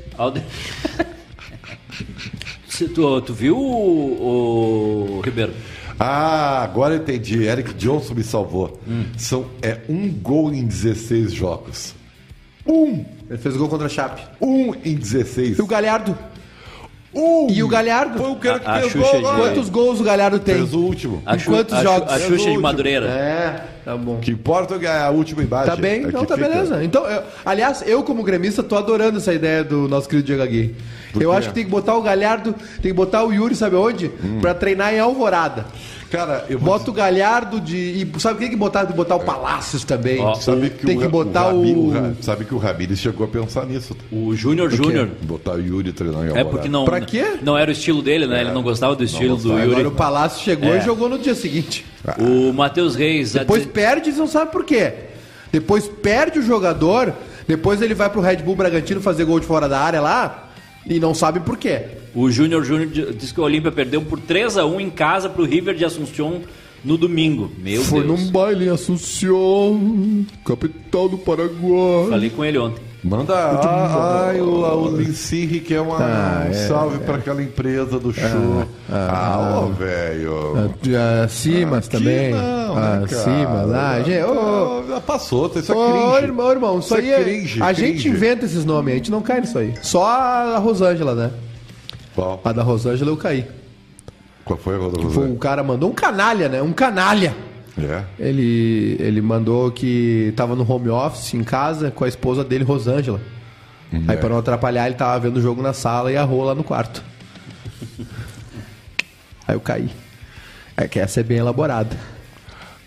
Tu viu o Ribeiro? Agora eu entendi. Eric Johnson me salvou. É um gol em 16 jogos. Ele fez gol contra a Chape. Em 16. E o Galhardo? E o Galhardo? Foi o cara que fez gol agora. Quantos gols o Galhardo tem? Fez o último. Em quantos jogos? A Xuxa de Madureira. Tá bom. O que importa é a última imagem. Tá bem, então tá beleza. Então, aliás, eu como gremista tô adorando essa ideia do nosso querido Diego Aguirre. Eu acho que tem que botar o Galhardo, tem que botar o Yuri, sabe onde? Pra treinar em Alvorada. Cara, eu bota o Galhardo e sabe o que tem que botar? Tem que botar o Palácios também. Sabe que tem que botar sabe que o Ramires chegou a pensar nisso. O Júnior. Botar o Yuri treinar em Alvorada. Porque não. Pra quê? Não era o estilo dele, né? Ele não gostava do estilo do Yuri. Agora o Palácio chegou e jogou no dia seguinte. O Matheus Reis. Depois perde e não sabe por quê. Depois perde o jogador, depois ele vai pro Red Bull Bragantino fazer gol de fora da área lá e não sabe por quê. O Júnior disse que o Olímpia perdeu por 3-1 em casa pro River de Assunción no domingo. Meu Foi Deus. num baile em Assunción, capital do Paraguai. Falei com ele ontem. Manda o Lincirri, que é um salve para aquela empresa do show. Velho. Simas também. Simas. Passou, isso é cringe. Irmão, isso aí é cringe. A gente inventa esses nomes, a gente não cai nisso aí. Só a Rosângela, né? Qual? A da Rosângela eu caí. Qual foi a da Rosângela? O cara mandou um canalha, né? Um canalha. Ele mandou que tava no home office em casa com a esposa dele, Rosângela. Aí pra não atrapalhar, ele tava vendo o jogo na sala e a rola no quarto. Aí eu caí. É que essa é bem elaborada.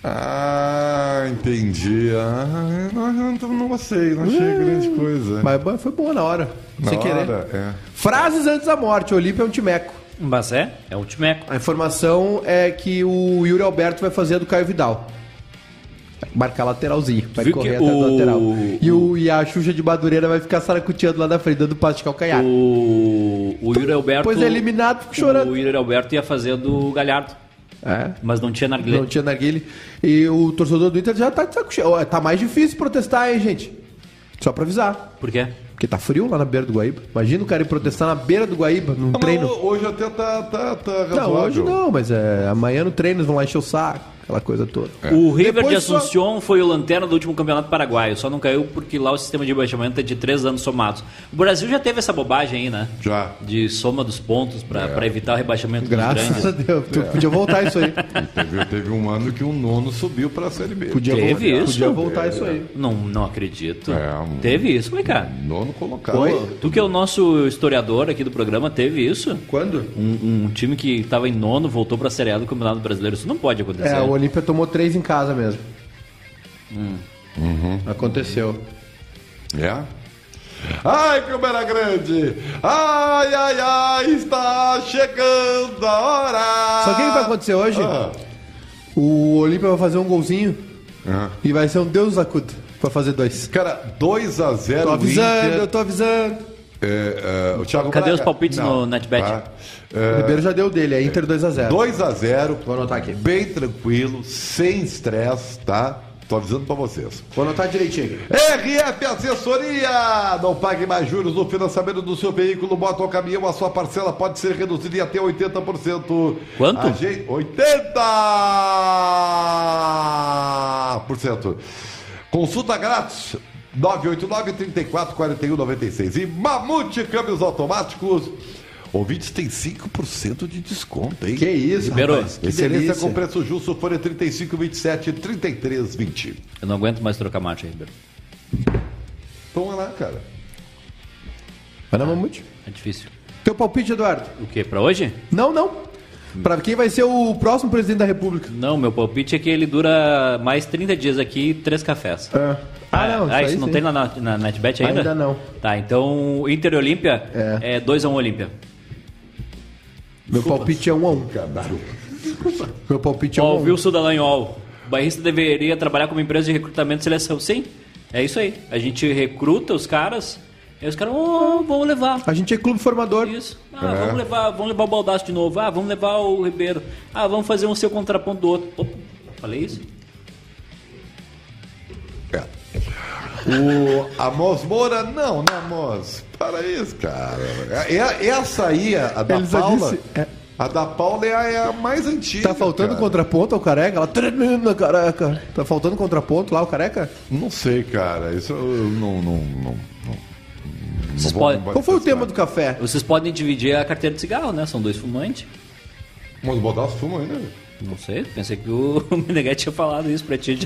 Ah, entendi. Não gostei, não achei grande coisa. Mas foi boa na hora, sem querer. Frases antes da morte, o Olímpia é um timeco. Mas é um timeco. A informação é que o Yuri Alberto vai fazer a do Caio Vidal. Vai marcar lateralzinho, vai correr até do lateral. E a Xuxa de Madureira vai ficar saracuteando lá na frente, dando passo de calcanhar. O Yuri Alberto... Depois é eliminado, fico chorando. O Yuri Alberto ia fazer do Galhardo. Mas não tinha narguilé. Não tinha narguilé. E o torcedor do Inter já tá de saco cheio. Tá mais difícil protestar, hein, gente? Só pra avisar. Por quê? Porque tá frio lá na beira do Guaíba. Imagina o cara ir protestar na beira do Guaíba, num treino. Hoje até tá razoável. Não, hoje não, mas amanhã no treino eles vão lá encher o saco. Aquela coisa toda. O River de Assunção foi o lanterna do último campeonato paraguaio. Só não caiu porque lá o sistema de rebaixamento é de 3 anos somados. O Brasil já teve essa bobagem aí, né? Já. De soma dos pontos pra evitar o rebaixamento Graças dos grandes. a Deus. Podia voltar isso aí. Teve um ano que o nono subiu pra Série B. Podia voltar isso aí. Não acredito. Teve isso, vem cá. Nono colocado. Tu que é o nosso historiador aqui do programa, teve isso? Quando? Um time que estava em nono voltou pra Série A do Campeonato Brasileiro. Isso não pode acontecer. O Olímpia tomou 3 em casa mesmo. Aconteceu. Ai, como era grande! Ai, está chegando a hora! Sabe o que vai acontecer hoje? O Olímpia vai fazer um golzinho e vai ser um Deus acuda pra fazer 2. Cara, 2-0. Tô avisando, eu tô avisando. O Thiago Cadê Braga? os palpites no NetBet? O Ribeiro já deu dele, é Inter 2-0. 2-0. Vou anotar aqui. Bem tranquilo, sem estresse, tá? Tô avisando pra vocês. Vou anotar direitinho aqui. RF Assessoria! Não pague mais juros no financiamento do seu veículo, moto ou caminhão. A sua parcela pode ser reduzida em até 80%. Quanto? 80%. Consulta grátis. 989-34-41-96. E Mamute Câmbios Automáticos. Ouvintes tem 5% de desconto, hein? Que isso, Liberou. rapaz. Que Excelência delícia. com preço justo, fone 3527-3320. Eu não aguento mais trocar marcha, Ribeiro. Toma lá, cara. Vai na Mamute. É difícil. Teu palpite, Eduardo? O quê? Pra hoje? Não. Pra quem vai ser o próximo presidente da República? Não, meu palpite é que ele dura mais 30 dias aqui e 3 cafés. Isso isso não tem na NetBet ainda? Ainda não. Tá, então Inter e Olímpia é 2-1 Olímpia. Meu palpite é 1-1. Meu palpite é 1-1. Ó, Wilson Dallagnol. O bairrista deveria trabalhar como empresa de recrutamento e seleção. Sim, é isso aí. A gente recruta os caras e os caras, vamos levar. A gente é clube formador. Isso. Vamos levar o Baldasso de novo. Vamos levar o Ribeiro. Vamos fazer um seu contraponto do outro. Opa, falei isso? O Amos Moura, não, Amos? Para isso, cara. Essa aí, a da Ele já Paula. disse, A da Paula é a mais antiga. Tá faltando cara. contraponto ao Careca? Ela tremenda, Careca. Tá faltando contraponto lá, o Careca? Não sei, cara. Isso eu não. Vocês podem- Qual foi o tema do café? Vocês podem dividir a carteira de cigarro, né? São 2 fumantes. Mas botar as fuma ainda. Não sei, pensei que o Meneghetti tinha falado isso pra ti.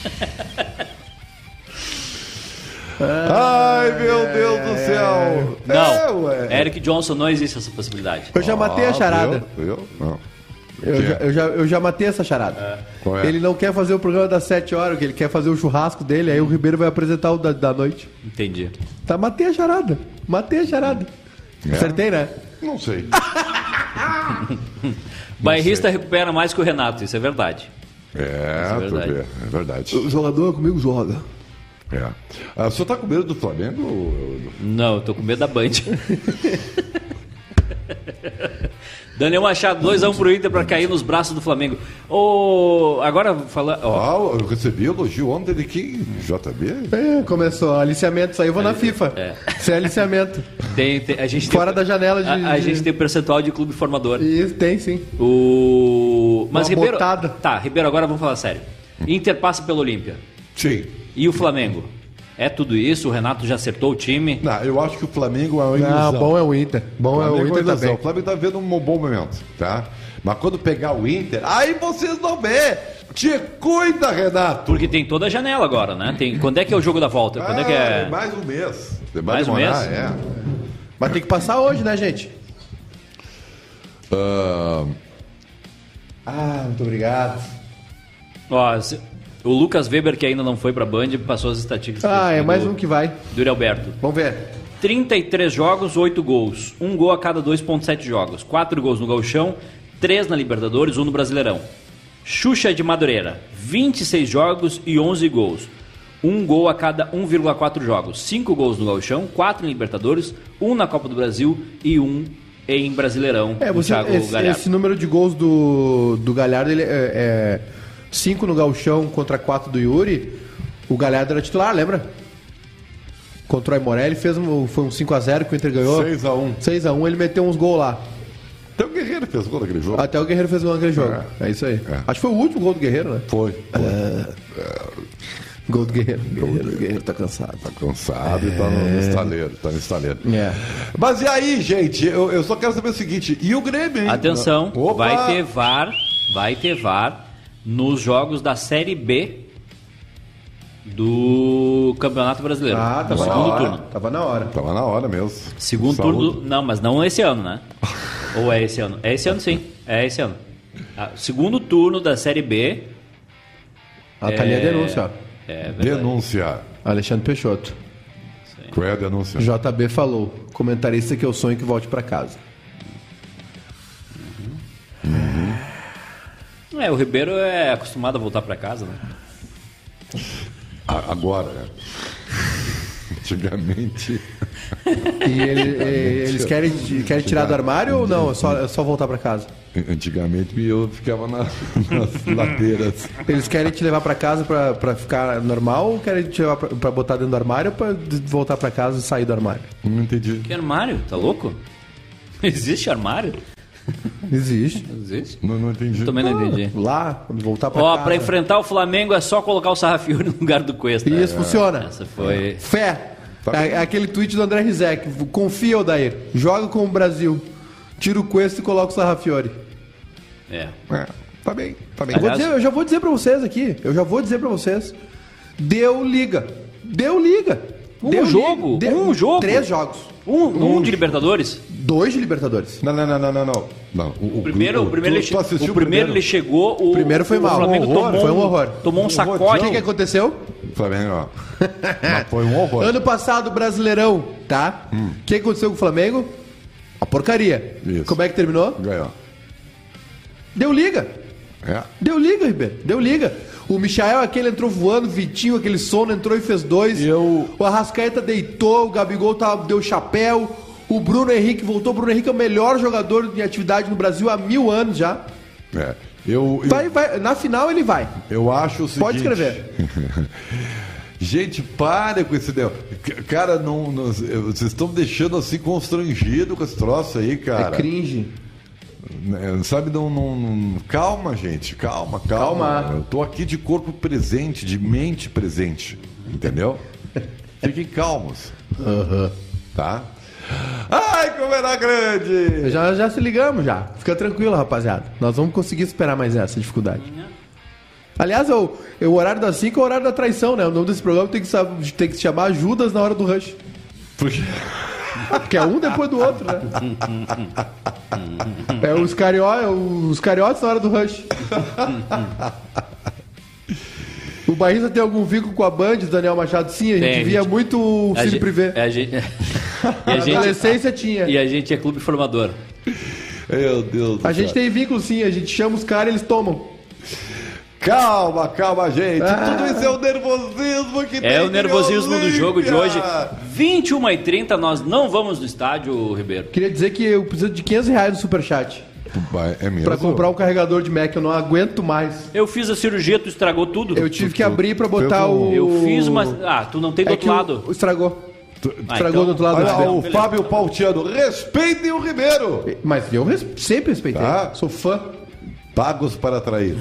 Ai, meu Deus do céu. Não, ué. Eric Johnson, não existe essa possibilidade. Eu já matei a charada. Viu? Não. Eu já matei essa charada. Qual é? Ele não quer fazer o programa das 7 horas, que ele quer fazer o churrasco dele, aí o Ribeiro vai apresentar o da noite. Entendi. Tá, matei a charada. Acertei, né? Não sei. Bairrista recupera mais que o Renato, isso é verdade. É verdade. O jogador comigo joga. O senhor tá com medo do Flamengo? Não, eu tô com medo da Band. Daniel Machado, 2-1 pro Inter pra cair nos braços do Flamengo. Agora falando. Eu recebi elogio ontem de quem? JB? Começou. Aliciamento, isso aí eu vou na FIFA. Isso é aliciamento. A gente Fora da janela de. A gente tem percentual de clube formador. Isso, tem sim. Mas Uma Ribeiro. botada. Tá, Ribeiro, agora vamos falar sério. Inter passa pelo Olímpia. Sim. E o Flamengo? É tudo isso? O Renato já acertou o time? Não, eu acho que o Flamengo é uma ilusão. Bom é o Inter. O Inter também. O Flamengo tá vendo um bom momento, tá? Mas quando pegar o Inter, aí vocês não vê. Te cuida, Renato. Porque tem toda a janela agora, né? Quando é que é o jogo da volta? Quando é que é? Mais um mês. Mais um mês? Mas tem que passar hoje, né, gente? Muito obrigado. Ó, o Lucas Weber, que ainda não foi pra Band, passou as estatísticas. É mais um que vai. Do Yuri Alberto. Vamos ver. 33 jogos, 8 gols. 1 gol a cada 2,7 jogos. 4 gols no Gauchão, 3 na Libertadores, 1 no Brasileirão. Xuxa de Madureira, 26 jogos e 11 gols. 1 gol a cada 1,4 jogos. 5 gols no Gauchão, 4 em Libertadores, 1 na Copa do Brasil e 1 em Brasileirão. Esse número de gols do Galhardo, ele é 5 no Gauchão contra 4 do Yuri. O Galhardo era titular, lembra? Contra o Aimoré, ele foi um 5x0 que o Inter ganhou. 6x1. 6x1, ele meteu uns gols lá. Até o Guerreiro fez gol naquele jogo. Até o Guerreiro fez gol naquele jogo. É isso aí. Acho que foi o último gol do Guerreiro, né? Foi. Gol do Guerreiro. O Guerreiro tá cansado. Tá cansado e tá no estaleiro. Tá no estaleiro. Mas e aí, gente? Eu só quero saber o seguinte. E o Grêmio, hein? Atenção. Vai ter VAR nos jogos da Série B do Campeonato Brasileiro. Tava segundo turno. Tava na hora. Tava na hora mesmo. Segundo turno. Não, mas não esse ano, né? Ou é esse ano? É esse ano, sim. É esse ano. Segundo turno da Série B. Tá ali a denúncia, ó. Denúncia. Alexandre Peixoto. Qual é a denúncia? JB falou. Comentarista que eu sonho que volte pra casa. O Ribeiro é acostumado a voltar pra casa, né? Agora, né? Antigamente. E eles querem tirar do armário ou não? É só voltar pra casa? Antigamente eu ficava nas ladeiras. Eles querem te levar pra casa pra ficar normal ou querem te levar pra botar dentro do armário ou pra voltar pra casa e sair do armário? Não entendi. Que armário? Tá louco? Existe armário? Existe. Não entendi. Também não entendi. Lá, quando voltar pra casa. Pra enfrentar o Flamengo é só colocar o Sarrafiori no lugar do Cuesta. E isso funciona. Essa foi... Fé. É aquele tweet do André Rizek. Confia, Odair. Joga com o Brasil. Tira o Cuesta e coloca o Sarrafiori. Tá bem. Aliás, eu já vou dizer pra vocês aqui. Deu liga. Um jogo? 3 jogos. Um de Libertadores? 2 de Libertadores. Não. O primeiro ele chegou. O primeiro foi mal. O Flamengo foi um horror. Tomou um sacode. O que aconteceu? Flamengo, ó. Mas foi um horror. Ano passado, Brasileirão, tá? O que aconteceu com o Flamengo? A porcaria. Isso. Como é que terminou? Ganhou. Deu liga. Deu liga, Ribeiro. Deu liga. O Michael, aquele entrou voando, Vitinho, aquele sono, entrou e fez 2. O Arrascaeta deitou, o Gabigol deu chapéu. O Bruno Henrique voltou. O Bruno Henrique é o melhor jogador de atividade no Brasil há 1000 anos já. Vai, na final ele vai. Eu acho o seguinte... Pode escrever. Gente, pare com esse... Cara, vocês estão deixando assim constrangido com esse troço aí, cara. É cringe. Sabe, calma, gente, calma. Eu tô aqui de corpo presente, de mente presente, entendeu? Fiquem calmos. Tá? Ai, como era grande! Já se ligamos, já. Fica tranquilo, rapaziada. Nós vamos conseguir superar mais essa dificuldade. Aliás, o horário das 5 é o horário da traição, né? O nome desse programa tem que se chamar Judas na hora do rush. Porque é um depois do outro, né? É os cariotes na hora do rush. O Barrista tem algum vínculo com a Band, Daniel Machado? Sim, a gente via muito o Cine Privé. A adolescência tinha. E a gente é clube formador. Meu Deus do céu. A gente tem vínculo, sim. A gente chama os caras e eles tomam. Calma, gente. Tudo isso é o nervosismo que tem. É o nervosismo do jogo de hoje. 21h30, nós não vamos no estádio, Ribeiro. Queria dizer que eu preciso de R$500 no superchat. É mesmo? Pra comprar um carregador de Mac, eu não aguento mais. Eu fiz a cirurgia, tu estragou tudo. Eu tive que abrir pra botar o... Eu fiz, mas... tu não tem do outro lado. Estragou. Estragou do outro lado. Olha o Fábio Pautiano. Respeitem o Ribeiro. Mas eu sempre respeitei. Sou fã. Pagos para atrair.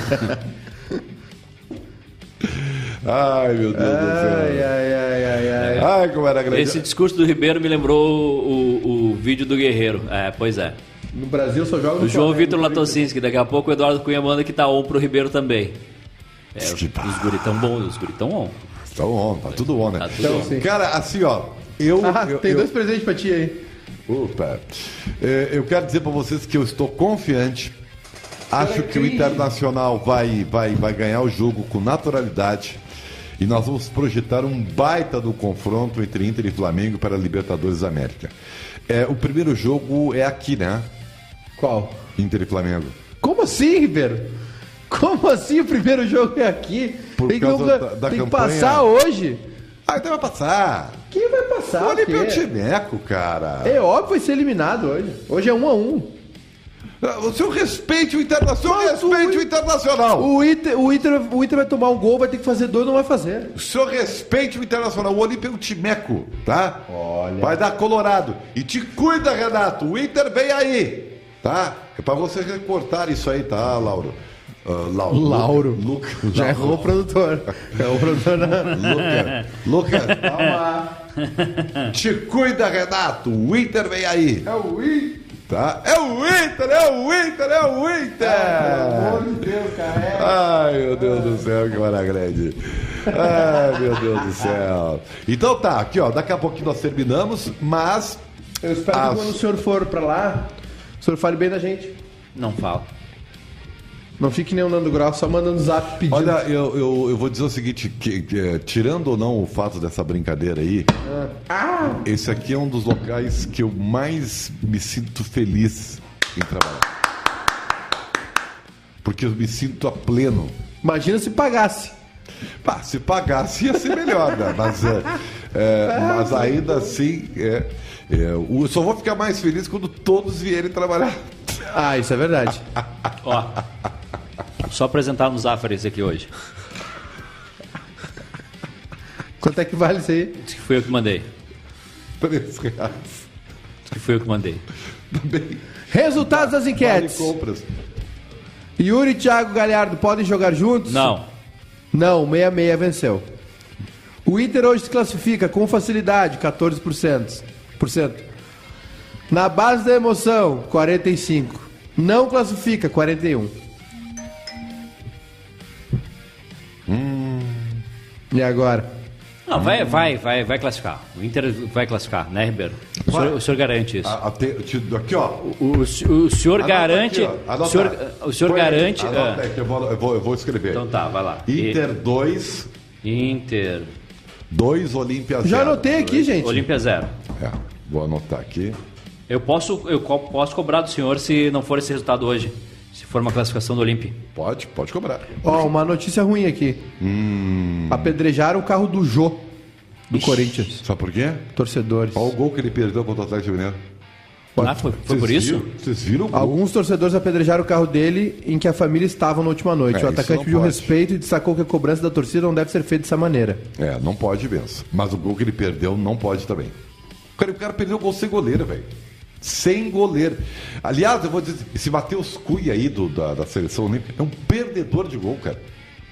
Ai, meu Deus do céu. Ai, como era grande. Esse discurso do Ribeiro me lembrou o vídeo do Guerreiro. Pois é. No Brasil só joga no o João Vitor Latocinski. Daqui a pouco o Eduardo Cunha manda que tá on pro Ribeiro também. Os guri tão bons, os guri tão on. Tá on, tá tudo on, né? Tá tudo on. Cara, assim, ó. Tem 2 presentes pra ti aí. Opa. Eu quero dizer pra vocês que eu estou confiante Acho que o Internacional vai ganhar o jogo com naturalidade. E nós vamos projetar um baita do confronto entre Inter e Flamengo para a Libertadores da América. O primeiro jogo é aqui, né? Qual? Inter e Flamengo. Como assim, Ribeiro? Como assim o primeiro jogo é aqui? Tem que passar hoje. Então vai passar. Quem vai passar? O Olímpia é o Timeco, cara. É óbvio que vai ser eliminado hoje. Hoje é 1-1. O senhor respeite o Internacional. Respeite o Internacional. O Inter vai tomar um gol, vai ter que fazer 2, não vai fazer. O senhor respeite o Internacional. O Olímpia é um Timeco, tá? Olha. Vai dar colorado. E te cuida, Renato. O Inter vem aí, tá? É pra você recortar isso aí, tá, Lauro? Lauro. Lucas. Já errou o produtor. É o produtor, né? Lucas. Calma. Te cuida, Renato. O Inter vem aí. É o Inter. Tá? É o Inter. Pelo amor de Deus, cara. Ai, meu Deus do céu, que maravilha grande. Ai, meu Deus do céu. Então tá, aqui ó, daqui a pouquinho nós terminamos, mas... Eu espero que quando o senhor for pra lá, o senhor fale bem da gente. Não fala. Não fique nem o Nando Grosso, só mandando zap pedindo. Olha, eu vou dizer o seguinte, tirando ou não o fato dessa brincadeira aí, esse aqui é um dos locais que eu mais me sinto feliz em trabalhar. Porque eu me sinto a pleno. Imagina se pagasse. Se pagasse ia ser melhor, né? Mas ainda assim, eu só vou ficar mais feliz quando todos vierem trabalhar. Isso é verdade. Ó, só apresentar no Zafari esse aqui hoje. Quanto é que vale isso aí? Diz que fui eu que mandei. R$3. Diz que fui eu que mandei. Também. Resultados das enquetes. Vale compras. Yuri e Thiago Galhardo podem jogar juntos? Não. Não, 6-6 venceu. O Inter hoje se classifica com facilidade, 14%. Na base da emoção, 45%. Não classifica, 41%. E agora? Não, vai classificar. O Inter vai classificar, né, Ribeiro? O senhor garante isso. Aqui, ó. O senhor garante. Aqui, o senhor garante. Anota aí que eu vou escrever. Então tá, vai lá. Inter 2. Inter 2, Olímpia 0. Já anotei aqui, gente. Olímpia 0. Vou anotar aqui. Eu posso cobrar do senhor se não for esse resultado hoje. Se for uma classificação do Olímpia. Pode cobrar. Uma notícia ruim aqui. Apedrejaram o carro do Jô, do Corinthians. Sabe por quê? Torcedores. Olha o gol que ele perdeu contra o Atlético Mineiro. Foi por isso? Vocês viram o gol? Alguns torcedores apedrejaram o carro dele em que a família estava na última noite. O atacante pediu respeito e destacou que a cobrança da torcida não deve ser feita dessa maneira. Não pode mesmo. Mas o gol que ele perdeu não pode também. O cara perdeu o gol sem goleiro, velho. Sem goleiro. Aliás, eu vou dizer, esse Matheus Cunha aí da seleção olímpica é um perdedor de gol, cara.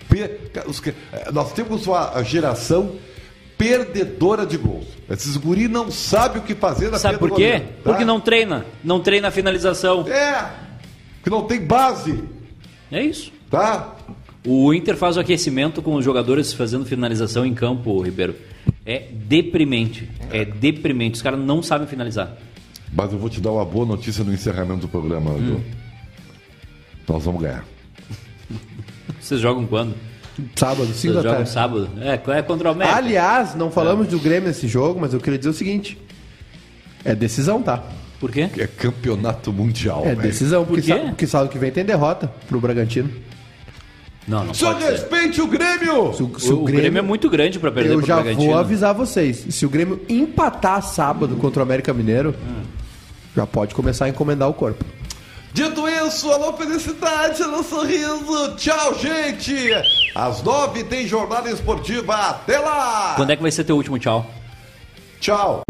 Nós temos uma geração perdedora de gols. Esses guri não sabem o que fazer na Sabe por quê? Goleiro, tá? Porque não treina. Não treina a finalização. Que não tem base. É isso. Tá? O Inter faz o aquecimento com os jogadores fazendo finalização em campo, Ribeiro. É deprimente. Os caras não sabem finalizar. Mas eu vou te dar uma boa notícia no encerramento do programa, Edu. Nós vamos ganhar. Vocês jogam quando? Sábado, 5 da tarde. Jogam sábado. É contra o América. Aliás, não falamos do Grêmio nesse jogo, mas eu queria dizer o seguinte. É decisão, tá? Por quê? É campeonato mundial, velho. Decisão, porque porque sábado que vem tem derrota pro Bragantino. Não só respeite o Grêmio! O Grêmio é muito grande pra perder pro Bragantino. Eu já vou avisar vocês. Se o Grêmio empatar sábado contra o América Mineiro, já pode começar a encomendar o corpo. Dito isso, alô felicidade, alô sorriso. Tchau, gente! Às 9 tem jornada esportiva. Até lá! Quando é que vai ser teu último tchau? Tchau!